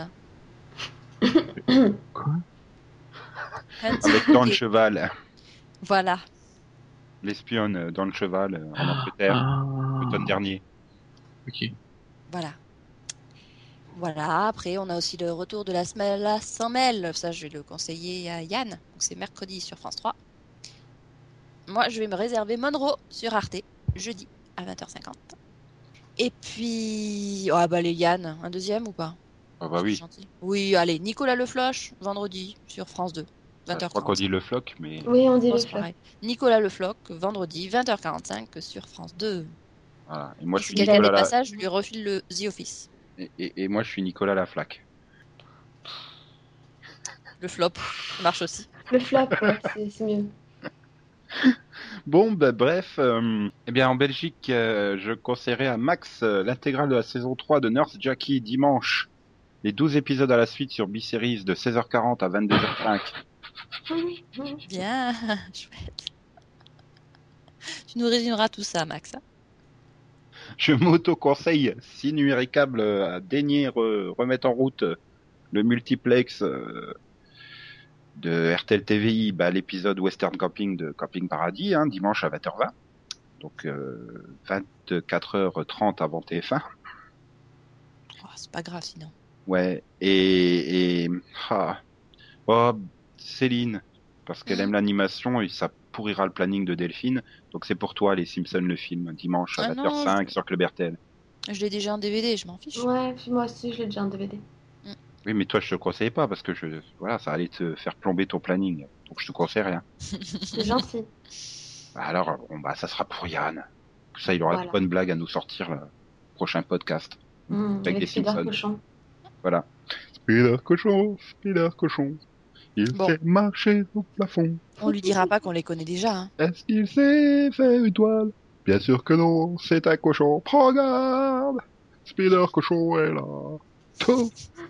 Quoi? Hunted, Avec Dan le Cheval, voilà. l'espionne Dan le Cheval en Angleterre, l'automne dernier. Ok. Voilà, après on a aussi le retour de la Saint-Mel, ça je vais le conseiller à Yann, donc c'est mercredi sur France 3. Moi je vais me réserver Monroe sur Arte, jeudi à 20h50. Et puis, les Yann, un deuxième ou pas? Ah bah oui. Gentil. Oui, allez, Nicolas Le Floch, vendredi sur France 2, 20h30. Je crois qu'on dit le floc, mais Oui, on dit Bon, le c'est flop. pareil. Nicolas Le Floch, vendredi 20h45 sur France 2. voilà. Et moi je Si suis quelqu'un a des Nicolas passages, je lui refile le The Office. et moi je suis Nicolas Laflaque. Le flop, ça marche aussi. Le flop, ouais, c'est mieux. Bon, bah, bref, eh bien en Belgique, je conseillerais à Max l'intégrale de la saison 3 de Nurse Jackie dimanche. Les 12 épisodes à la suite sur B-Series de 16h40 à 22h05. Bien, chouette. Tu nous résumeras tout ça, Max. Je m'auto-conseille, si Numéricable a daigné remettre en route le multiplex de RTL TVI, l'épisode Western Camping de Camping Paradis, dimanche à 20h20. Donc 24h30 avant TF1. Oh, c'est pas grave sinon. Ouais, Céline, parce qu'elle aime l'animation et ça pourrira le planning de Delphine. Donc c'est pour toi les Simpsons le film, dimanche à 20h05 sur Club RTL. Je l'ai déjà en DVD, je m'en fiche. Ouais, puis moi aussi, je l'ai déjà en DVD. Oui, mais toi je te conseille pas parce que ça allait te faire plomber ton planning. Donc je te conseille rien. C'est gentil. Alors, ça sera pour Yann. Comme ça, il aura de bonnes blagues à nous sortir le prochain podcast. Avec les Spider Simpsons. Cochon. Voilà. Spider Cochon, il sait marcher au plafond. On lui dira pas qu'on les connaît déjà. Hein. Est-ce qu'il sait faire une toile? Bien sûr que non, c'est un cochon. Prends garde! Spider Cochon est là. Tout.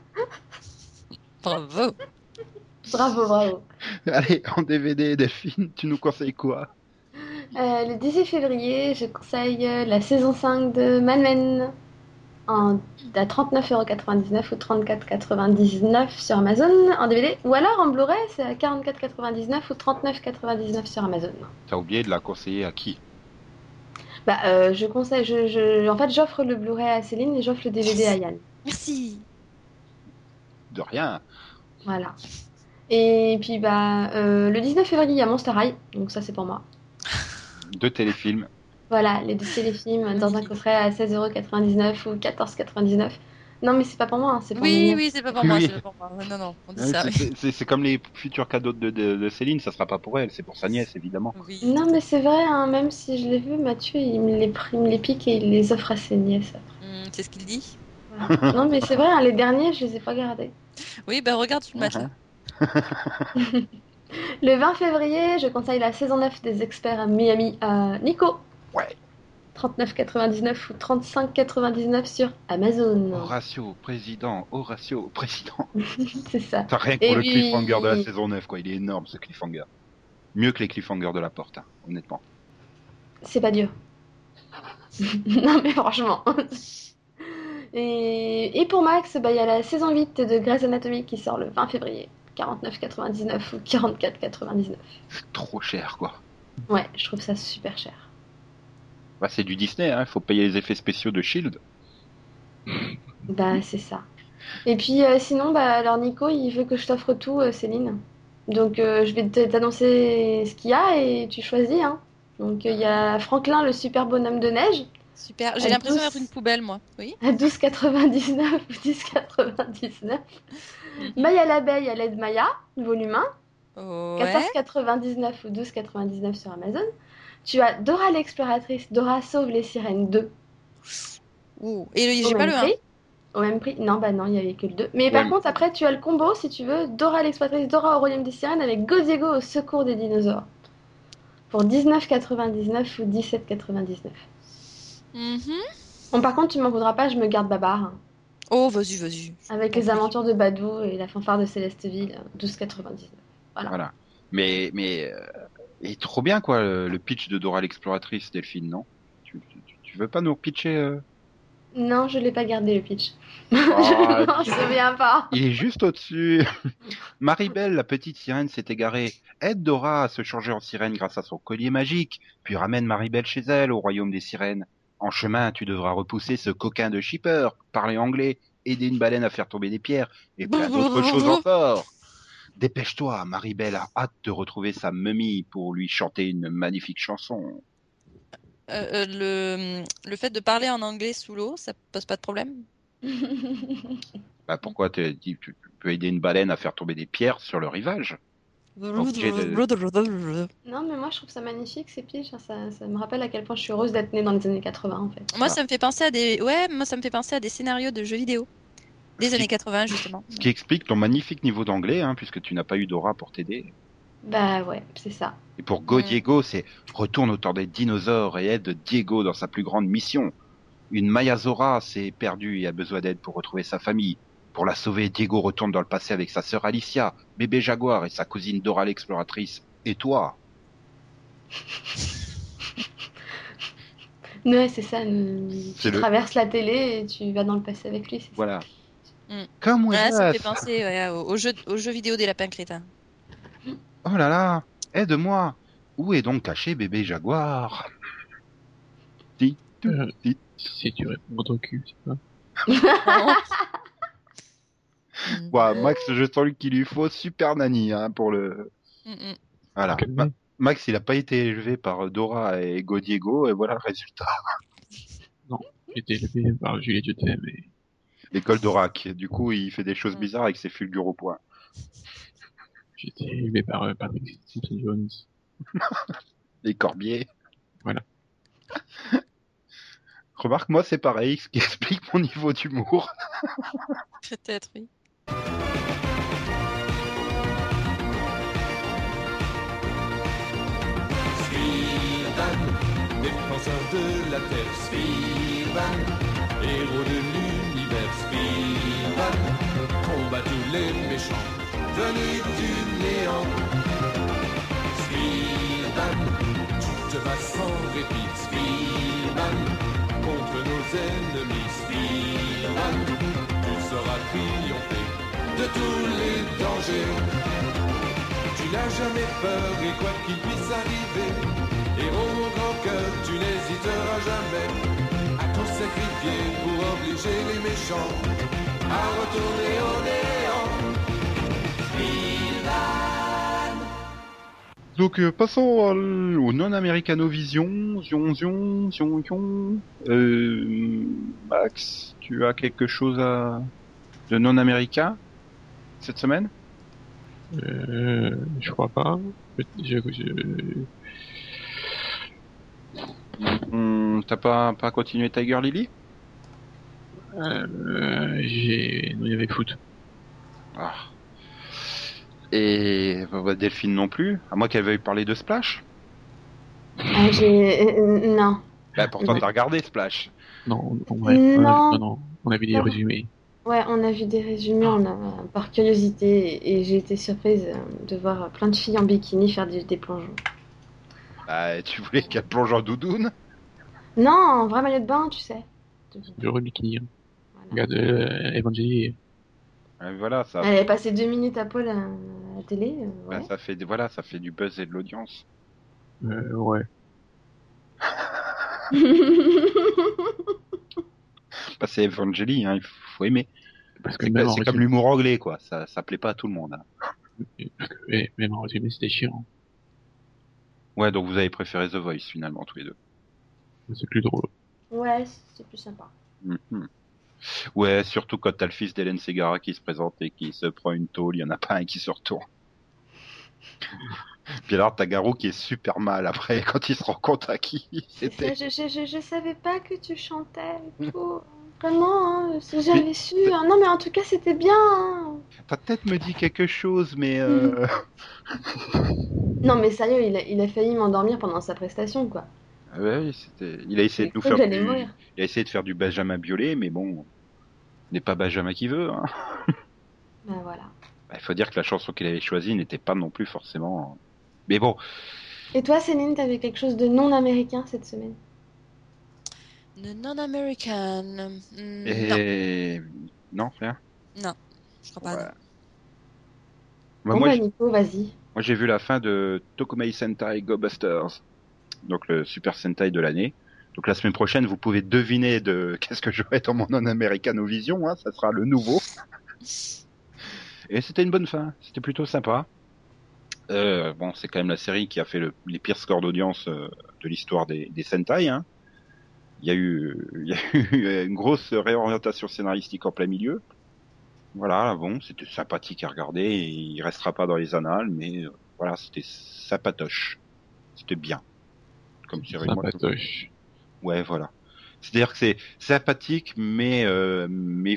Bravo. Bravo. Allez, en DVD, Delphine, tu nous conseilles quoi? Le 18 février, je conseille la saison 5 de Mad Men à 39,99€ ou 34,99€ sur Amazon en DVD. Ou alors en Blu-ray, c'est à 44,99€ ou 39,99€ sur Amazon. T'as oublié de la conseiller à qui? Je conseille, en fait, j'offre le Blu-ray à Céline et j'offre le DVD à Yann. Merci. De rien. Voilà. Et puis, le 19 février, il y a Monster High, donc ça, c'est pour moi. 2 téléfilms. Voilà, les 2 téléfilms dans un coffret à 16,99€ ou 14,99€. Non, mais c'est pas pour moi, c'est pour Mignon. Oui, c'est pas pour moi, Oui. c'est pas pour moi. Non, on dit ça. C'est comme les futurs cadeaux de Céline, ça sera pas pour elle, c'est pour sa nièce, évidemment. Oui. Non, mais c'est vrai, même si je l'ai vu, Mathieu, il me les pique et il les offre à ses nièces après. C'est ce qu'il dit. Voilà. Non, mais c'est vrai, les derniers, je les ai pas gardés. Oui, regarde sur le match là. Le 20 février, je conseille la saison 9 des Experts à Miami à Nico. Ouais. 39,99€ ou 35,99€ sur Amazon. Horatio, président. C'est ça. T'as rien que pour le cliffhanger de la saison 9, quoi. Il est énorme, ce cliffhanger. Mieux que les cliffhangers de la porte, honnêtement. C'est pas dur. Non, mais franchement. Et pour Max, il y a la saison 8 de Grey's Anatomy qui sort le 20 février. 49,99 ou 44,99. C'est trop cher, quoi. Ouais, je trouve ça super cher. Bah, c'est du Disney, hein. Faut payer les effets spéciaux de Shield. Bah, c'est ça. Et puis, sinon, bah, alors Nico, il veut que je t'offre tout, Céline. Donc, je vais t'annoncer ce qu'il y a et tu choisis, hein. Donc, il y a Franklin, le super bonhomme de neige, Super. à J'ai l'impression 12 d'être une poubelle, moi. Oui. à 12,99 ou 10,99. Mhm. Maya l'abeille à l'aide Maya, volume 1, Ouais. 14,99 ou 12,99 sur Amazon. Tu as Dora l'exploratrice, Dora sauve les sirènes 2 Ouh. Et au j'ai pas même le 1. prix. Au même prix. Non, bah non, il n'y avait que le 2. Mais Ouais, par contre, après, tu as le combo, si tu veux, Dora l'exploratrice, Dora au royaume des sirènes avec Godiego au secours des dinosaures. Pour 19,99 ou 17,99. Mhm. Bon, par contre, tu m'en voudras pas, je me garde Babar, hein. Oh, vas-y, vas-y. Avec T'en les prie. aventures de Badou et la fanfare de Célesteville, 12,99. Voilà. voilà. Mais et trop bien, quoi, le pitch de Dora l'exploratrice, Delphine, non? Tu veux pas nous pitcher Non, je l'ai pas gardé le pitch. Ah, Je m'en souviens pas. il est juste au-dessus. Maribel, la petite sirène, s'est égarée. Aide Dora à se changer en sirène grâce à son collier magique, puis ramène Maribel chez elle, au royaume des sirènes. En chemin, tu devras repousser ce coquin de shipper, parler anglais, aider une baleine à faire tomber des pierres, et plein d'autres choses encore. Dépêche-toi, Maribel a hâte de retrouver sa momie pour lui chanter une magnifique chanson. Le fait de parler en anglais sous l'eau, ça pose pas de problème? Bah pourquoi tu peux aider une baleine à faire tomber des pierres sur le rivage? Pas obligé de... Non, mais moi je trouve ça magnifique ces pitchs. Ça me rappelle à quel point je suis heureuse d'être née dans les années 80 en fait. Moi, Voilà. ça me fait penser à des... Ouais, moi, ça me fait penser à des scénarios de jeux vidéo. Ce Des années qui, 80, justement. ce qui explique ton magnifique niveau d'anglais, hein, puisque tu n'as pas eu Dora pour t'aider. Bah ouais, c'est ça. Et pour Go Mm. Diego, c'est retourne au temps des dinosaures et aide Diego dans sa plus grande mission. Une Mayazora s'est perdue et a besoin d'aide pour retrouver sa famille. Pour la sauver, Diego retourne dans le passé avec sa sœur Alicia, bébé jaguar et sa cousine Dora l'exploratrice. Et toi? Ouais, c'est ça. C'est Tu le... traverses la télé et tu vas dans le passé avec lui, c'est ça. Voilà. Mm. Come with Ouais, ça me fait us. penser ouais, aux jeux vidéo des lapins crétins. Oh là là, aide-moi. Où est donc caché bébé jaguar? Ti, tout, Euh, ti. Si tu réponds ton cul, c'est pas. Mm. Ouais, Max, je sens qu'il lui faut super nanny, hein, pour le... Mm, mm. Voilà. Calmer. Max, il a pas été élevé par Dora et Godiego, et voilà le résultat. Non, j'ai été élevé par Juliette Je t'aime et L'école d'Orac. Du coup, il fait des choses Mm. bizarres avec ses fulgures au point. j'ai été élevé par Patrick Simpson Jones. Les corbiers. Voilà. Remarque, moi, c'est pareil, ce qui explique mon niveau d'humour. Peut-être, oui. Spider-Man, défenseur de la Terre, Spider-Man, héros de l'univers, Spider-Man, combat tous les méchants, venus du néant. Spider-Man, tu te bats sans répit, Spider-Man, contre nos ennemis, Spider-Man, tu sauras triompher de tous les dangers. Tu n'as jamais peur et quoi qu'il puisse arriver, héros mon grand cœur, tu n'hésiteras jamais à te sacrifier pour obliger les méchants à retourner au néant. Spider-Man. Donc, passons au non-américano-vision. Zion. Max, tu as quelque chose de non-américain cette semaine? Je crois pas. T'as pas continué Tiger Lily? Non, il y avait foot. Ah. Et Delphine non plus, à moins qu'elle veuille parler de Splash. Ah, non. Bah pourtant Non. t'as regardé Splash. Non, Non. on avait des Non. résumés. Ouais, on a vu des résumés par curiosité et j'ai été surprise de voir plein de filles en bikini faire des plongeons. Bah tu voulais qu'elle plonge en doudoune? Non, en vrai maillot de bain, tu sais. Je bikini. Voilà. Regarde Evangélie. Voilà, ça, Elle avait passé 2 minutes à poil à la télé, bah, ouais. ça fait du buzz et de l'audience. Ouais. Bah, c'est Evangélie, hein, il faut aimer. Parce que même en C'est comme résumé, l'humour anglais, quoi. Ça plaît pas à tout le monde, hein. même en résumé, c'était chiant. Ouais, donc vous avez préféré The Voice, finalement, tous les deux. C'est plus drôle. Ouais, c'est plus sympa. Mhm. Ouais, surtout quand t'as le fils d'Hélène Ségara qui se présente et qui se prend une tôle, il y en a pas un qui se retourne. Puis alors, t'as Garou qui est super mal après, quand il se rend compte à qui c'était. Je savais pas que tu chantais et tout. Vraiment, hein, si j'avais su. Hein. Non, mais en tout cas, c'était bien. Hein. Ta tête me dit quelque chose, mais Non, mais sérieux, il a failli m'endormir pendant sa prestation, quoi. ah ouais, il a essayé J'ai de nous cru que faire j'allais mourir. il a essayé de faire du Benjamin Biolay, mais bon, n'est pas Benjamin qui veut, hein. Bah voilà. Bah, il faut dire que la chanson qu'il avait choisie n'était pas non plus forcément. Mais bon, Et toi, Céline, t'avais quelque chose de non américain cette semaine? Le non-American. Non, et non, rien. non, je crois pas, Ouais. non. Bah, Bon, bah Nico, vas-y. moi j'ai vu la fin de Tokumei Sentai Go Busters, donc le Super Sentai de l'année. Donc la semaine prochaine, vous pouvez deviner de qu'est-ce que j'aurai dans mon non-Americanovision, hein, ça sera le nouveau. Et c'était une bonne fin, c'était plutôt sympa. Bon, c'est quand même la série qui a fait les pires scores d'audience de l'histoire des Sentai, hein. Il y a eu une grosse réorientation scénaristique en plein milieu. Voilà, bon, c'était sympathique à regarder. Et il restera pas dans les annales, mais voilà, c'était sympatoche. C'était bien comme série. Moi, Sympatoche. ouais, voilà. C'est-à-dire que c'est sympathique, mais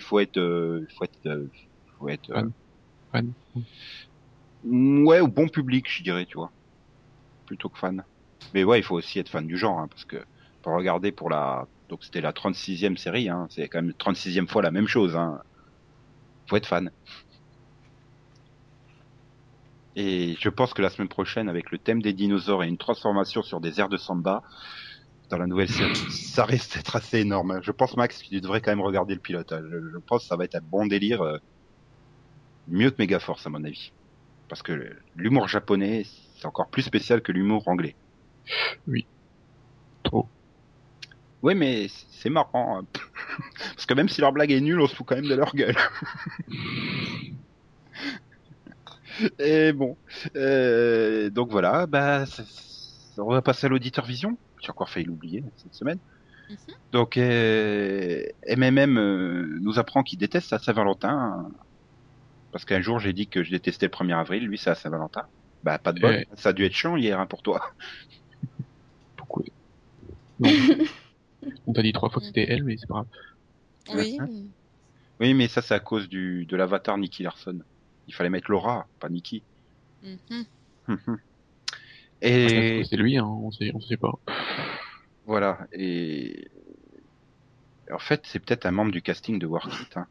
faut être Fan. ouais, au bon public, je dirais, tu vois, plutôt que fan. Mais ouais, il faut aussi être fan du genre, hein, parce que pour regarder donc c'était la 36e série, hein, c'est quand même 36e fois la même chose, hein. Faut être fan. Et je pense que la semaine prochaine, avec le thème des dinosaures et une transformation sur des airs de samba, dans la nouvelle série, ça risque d'être assez énorme. Je pense, Max, que tu devrais quand même regarder le pilotage. Je pense que ça va être un bon délire, mieux que Megaforce, à mon avis. Parce que l'humour japonais, c'est encore plus spécial que l'humour anglais. Oui. Trop. Oui, mais c'est marrant. Hein. Parce que même si leur blague est nulle, on se fout quand même de leur gueule. Et bon, donc voilà, bah, on va passer à l'auditeur vision. J'ai encore failli l'oublier cette semaine. Mhm. Donc, MMM nous apprend qu'il déteste sa Saint-Valentin. Hein, parce qu'un jour, j'ai dit que je détestais le 1er avril. Lui, c'est à Saint-Valentin. Bah, pas de bol. Ça a dû être chiant hier hein, pour toi. Pourquoi? Non. On t'a dit 3 fois que c'était elle, mais c'est pas grave. Oui. Oui, mais ça, c'est à cause de l'avatar Nicky Larson. Il fallait mettre Laura, pas Nicky. Mhm. Et C'est lui, hein, on sait pas. voilà. Et en fait, c'est peut-être un membre du casting de Work It. Hein.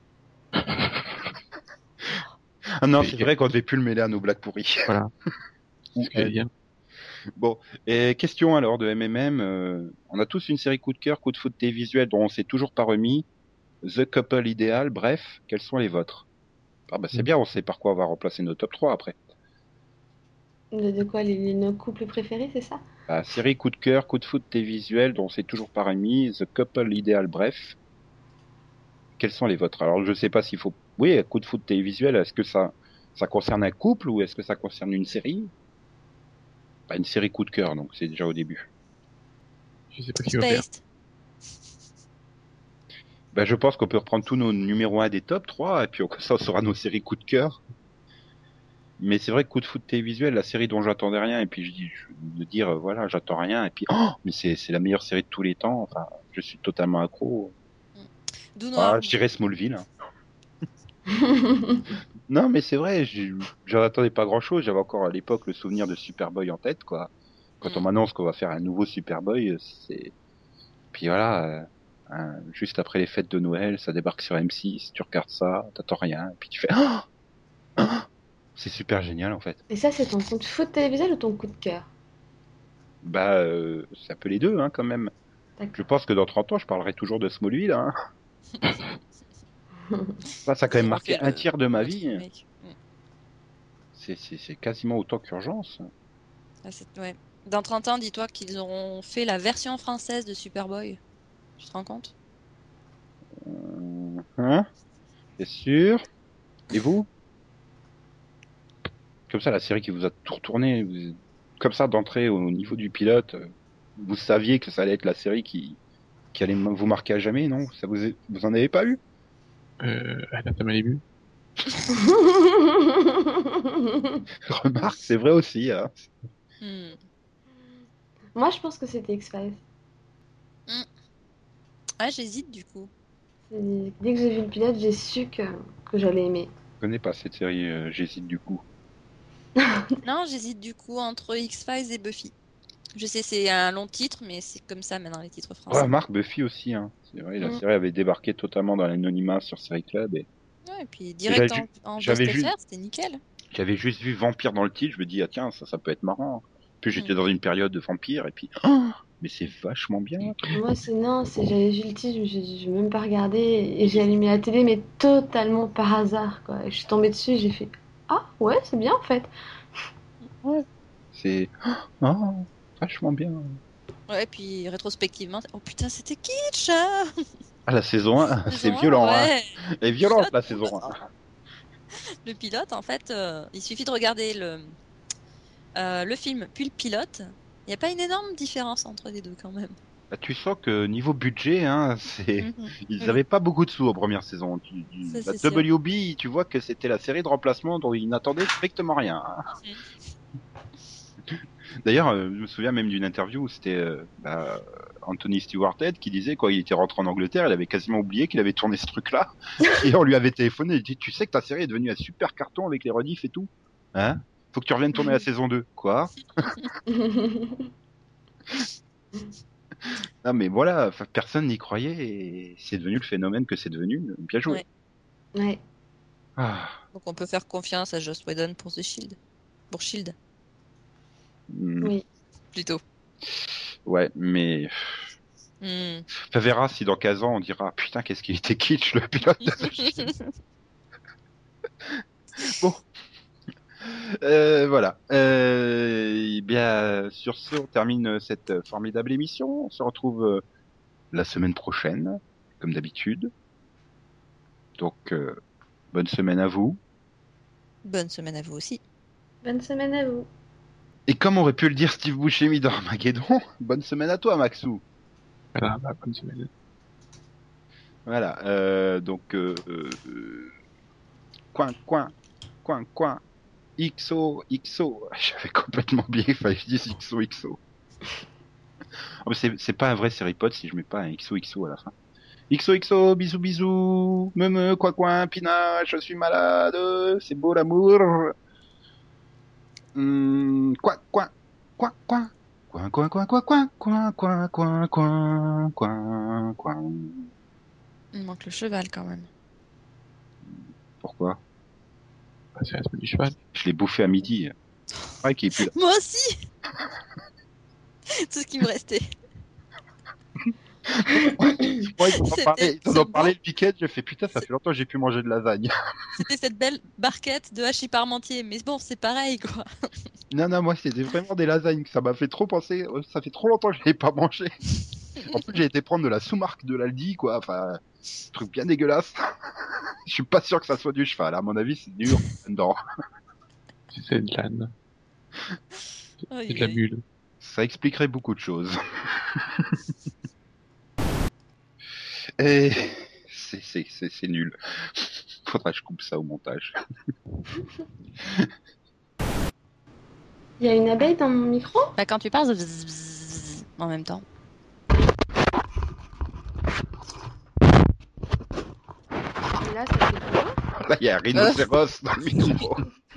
Ah non, c'est vrai qu'on devait plus le mêler à nos blagues pourries. Voilà. Ou elle. Bon, et question alors de MMM. On a tous une série coup de cœur, coup de foot télévisuel dont on s'est toujours pas remis. The Couple idéal, bref, quels sont les vôtres? Ah bah c'est bien, on sait par quoi on va remplacer nos top 3 après. De quoi nos couples préférés, c'est ça? Bah, série coup de cœur, coup de foot télévisuel dont on s'est toujours pas remis. The Couple idéal, bref. Quels sont les vôtres? Alors je sais pas s'il faut... Oui, coup de foot télévisuel, est-ce que ça concerne un couple ou est-ce que ça concerne une série? Bah, une série coup de cœur, donc c'est déjà au début. Je sais pas qui va faire. Bah, je pense qu'on peut reprendre tous nos numéros 1 des top 3 et puis ça sera nos séries coup de cœur. Mais c'est vrai que coup de foot télévisuel, la série dont j'attendais rien et puis je me dire voilà, j'attends rien et puis mais c'est la meilleure série de tous les temps. Enfin, je suis totalement accro. Je dirais Smallville. Hein. Non, mais c'est vrai, j'en attendais pas grand-chose. J'avais encore à l'époque le souvenir de Superboy en tête, quoi. Quand on m'annonce qu'on va faire un nouveau Superboy, c'est... Puis voilà, juste après les fêtes de Noël, ça débarque sur M6, tu regardes ça, t'attends rien, et puis tu fais... c'est super génial, en fait. Et ça, c'est ton coup de foot télévisuel ou ton coup de cœur? Bah, c'est un peu les deux, hein, quand même. Je pense que dans 30 ans, je parlerai toujours de Smallville, hein. Ça a quand même Ils marqué refait un tiers de ma le vie. remake. C'est quasiment autant qu'Urgence. Ah, ouais. Dans 30 ans, dis-toi qu'ils auront fait la version française de Superboy. Tu te rends compte? Hein? C'est sûr? Et vous? Comme ça, la série qui vous a tout retourné, comme ça d'entrée au niveau du pilote, vous saviez que ça allait être la série qui allait vous marquer à jamais, non? Vous en avez pas eu? Attends, t'as mal début. Remarque, c'est vrai aussi, hein. Hmm. Moi, je pense que c'était X-Files. Ah, j'hésite du coup. Dès que j'ai vu le pilote, j'ai su que j'allais aimer. Je connais pas cette série, j'hésite du coup. Non, j'hésite du coup entre X-Files et Buffy. Je sais, c'est un long titre, mais c'est comme ça maintenant les titres français. Remarque, Buffy aussi, hein. C'est vrai, la Mm. série avait débarqué totalement dans l'anonymat sur Série Club et Ouais, et puis j'avais direct en j'avais VOST juste, FR, c'était nickel. j'avais juste vu Vampire dans le titre, je me dis, ah tiens, ça peut être marrant. Puis j'étais Mm. dans une période de vampire et puis, oh, mais c'est vachement bien. Moi, j'avais vu le titre, je me suis dit, je vais même pas regarder, et j'ai allumé la télé, mais totalement par hasard, quoi. Et je suis tombée dessus, et j'ai fait, ah ouais, c'est bien en fait. Ouais. C'est, oh, vachement bien. Ouais, puis rétrospectivement, oh putain, c'était kitsch, hein. Ah, la saison 1, c'est Saison 1, violent, hein. ouais. Elle est violente, la saison 1. Le pilote, en fait, il suffit de regarder le film puis le pilote. Il n'y a pas une énorme différence entre les deux quand même. Bah, tu sens que niveau budget, hein, Mhm. ils Oui, avaient pas beaucoup de sous en première saison. ça La c'est sûr. WB, tu vois que c'était la série de remplacement dont ils n'attendaient strictement rien, hein. D'ailleurs, je me souviens même d'une interview où c'était Anthony Stewart Head qui disait quand il était rentré en Angleterre, il avait quasiment oublié qu'il avait tourné ce truc-là. Et on lui avait téléphoné, il dit, tu sais que ta série est devenue un super carton avec les rediffs et tout? Hein? Faut que tu reviennes tourner la saison 2. Quoi? Non mais voilà, enfin, personne n'y croyait et c'est devenu le phénomène que c'est devenu. Bien joué. Ouais. Ouais. Ah, Donc on peut faire confiance à Joss Whedon pour The Shield. Pour Shield, Oui. plutôt. ouais, mais Hmm. on verra si dans 15 ans on dira putain qu'est-ce qu'il était kitsch le pilote de The Shield. Bon, voilà. Eh bien, sur ce, on termine cette formidable émission. On se retrouve la semaine prochaine, comme d'habitude. Donc, bonne semaine à vous. Bonne semaine à vous aussi. Bonne semaine à vous. Et comme aurait pu le dire Steve Buscemi dans Armageddon, bonne semaine à toi, Maxou. Voilà, bah, bonne semaine. Voilà. Donc, coin, coin, coin, coin. XO, XO. J'avais complètement oublié qu'il fallait que je dise XO, XO. Oh, mais c'est pas un vrai Seripod si je mets pas un XOXO à la fin. XOXO, bisous bisous, quoi coin, pina, je suis malade, c'est beau l'amour. Quoi, quoi, quoi, quoi. Coin, coin, coin, coin, coin, coin, coin, coin, coin, coin, coin. Il manque le cheval quand même. Pourquoi? Bah, c'est la semaine du cheval. Je l'ai bouffé à midi. Ouais, qui est plus là. Moi aussi. Tout ce qui me restait. Moi, ils en ont C'est parlé beau. le week-end, j'ai fait putain, ça fait longtemps que j'ai pu manger de lasagne. C'était cette belle barquette de hachis parmentier. Mais bon, c'est pareil quoi. Non, non, moi, c'était vraiment des lasagnes. Ça m'a fait trop penser. Ça fait trop longtemps que je n'avais pas mangé. En plus, j'ai été prendre de la sous-marque de l'Aldi, quoi. Enfin, truc bien dégueulasse. Je suis pas sûr que ça soit du cheval. À mon avis, c'est dur dedans. C'est de l'âne. C'est de la mule. Ça expliquerait beaucoup de choses. Et c'est nul. Faudrait que je coupe ça au montage. Il y a une abeille dans mon micro? Bah, quand tu parles de bzz, bzz, en même temps. Et là, ça fait quoi? Là, il y a un rhinocéros dans le micro.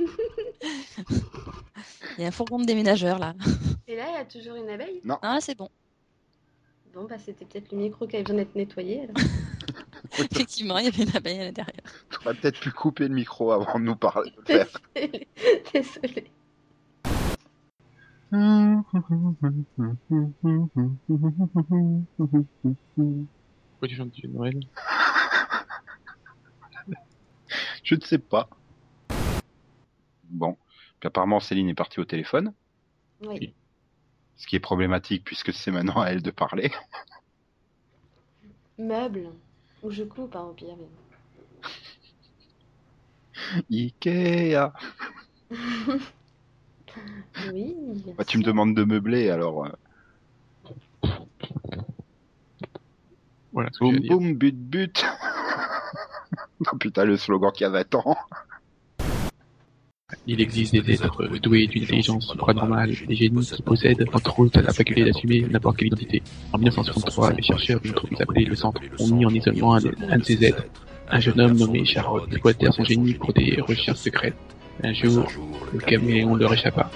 Il y a un fourgon de déménageur là. Et là, il y a toujours une abeille? Non. Ah, c'est bon. Bon, bah, c'était peut-être le micro qui avait besoin d'être nettoyé, alors. Effectivement, il y avait une abeille à l'intérieur. T'aurais peut-être pu couper le micro avant de nous parler. De le faire. Désolée. Pourquoi tu chantes du Noël? Je ne sais pas. Bon. Puis apparemment, Céline est partie au téléphone. Oui. Ce qui est problématique puisque c'est maintenant à elle de parler. Meuble. Ou je coupe, hein, au pire. Mais... Ikea. Oui, bien Bah, tu me sûr. demandes de meubler, alors... Voilà ce que j'ai à Boum dire. boum, but but. Oh putain, le slogan qu'il y a 20 ans. Il existe des êtres doués d'une intelligence supranormale, des génies qui possèdent, entre autres, la faculté d'assumer n'importe quelle identité. En 1963, les chercheurs d'une entreprise appelée le Centre ont mis en isolement un de ces êtres. Un jeune homme nommé Charles exploitait son génie pour des recherches secrètes. Un jour, le caméléon leur échappa.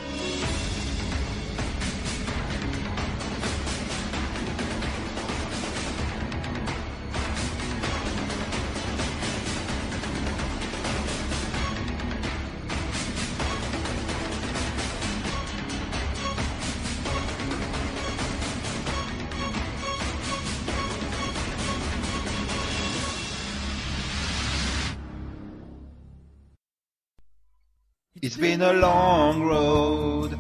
It's been a long road,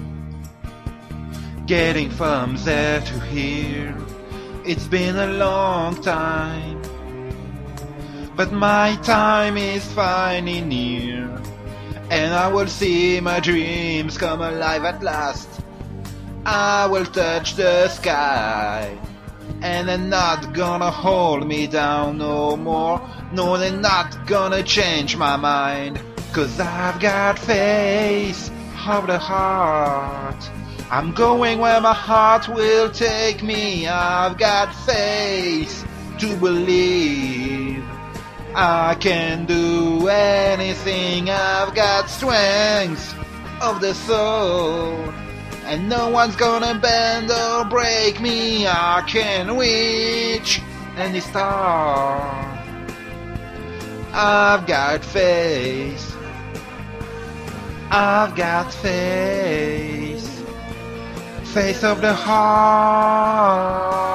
getting from there to here. It's been a long time, but my time is finally near. And I will see my dreams come alive at last. I will touch the sky, and they're not gonna hold me down no more. No, they're not gonna change my mind. 'Cause I've got faith of the heart. I'm going where my heart will take me. I've got faith to believe I can do anything. I've got strength of the soul, and no one's gonna bend or break me. I can reach any star. I've got faith. I've got faith, faith of the heart.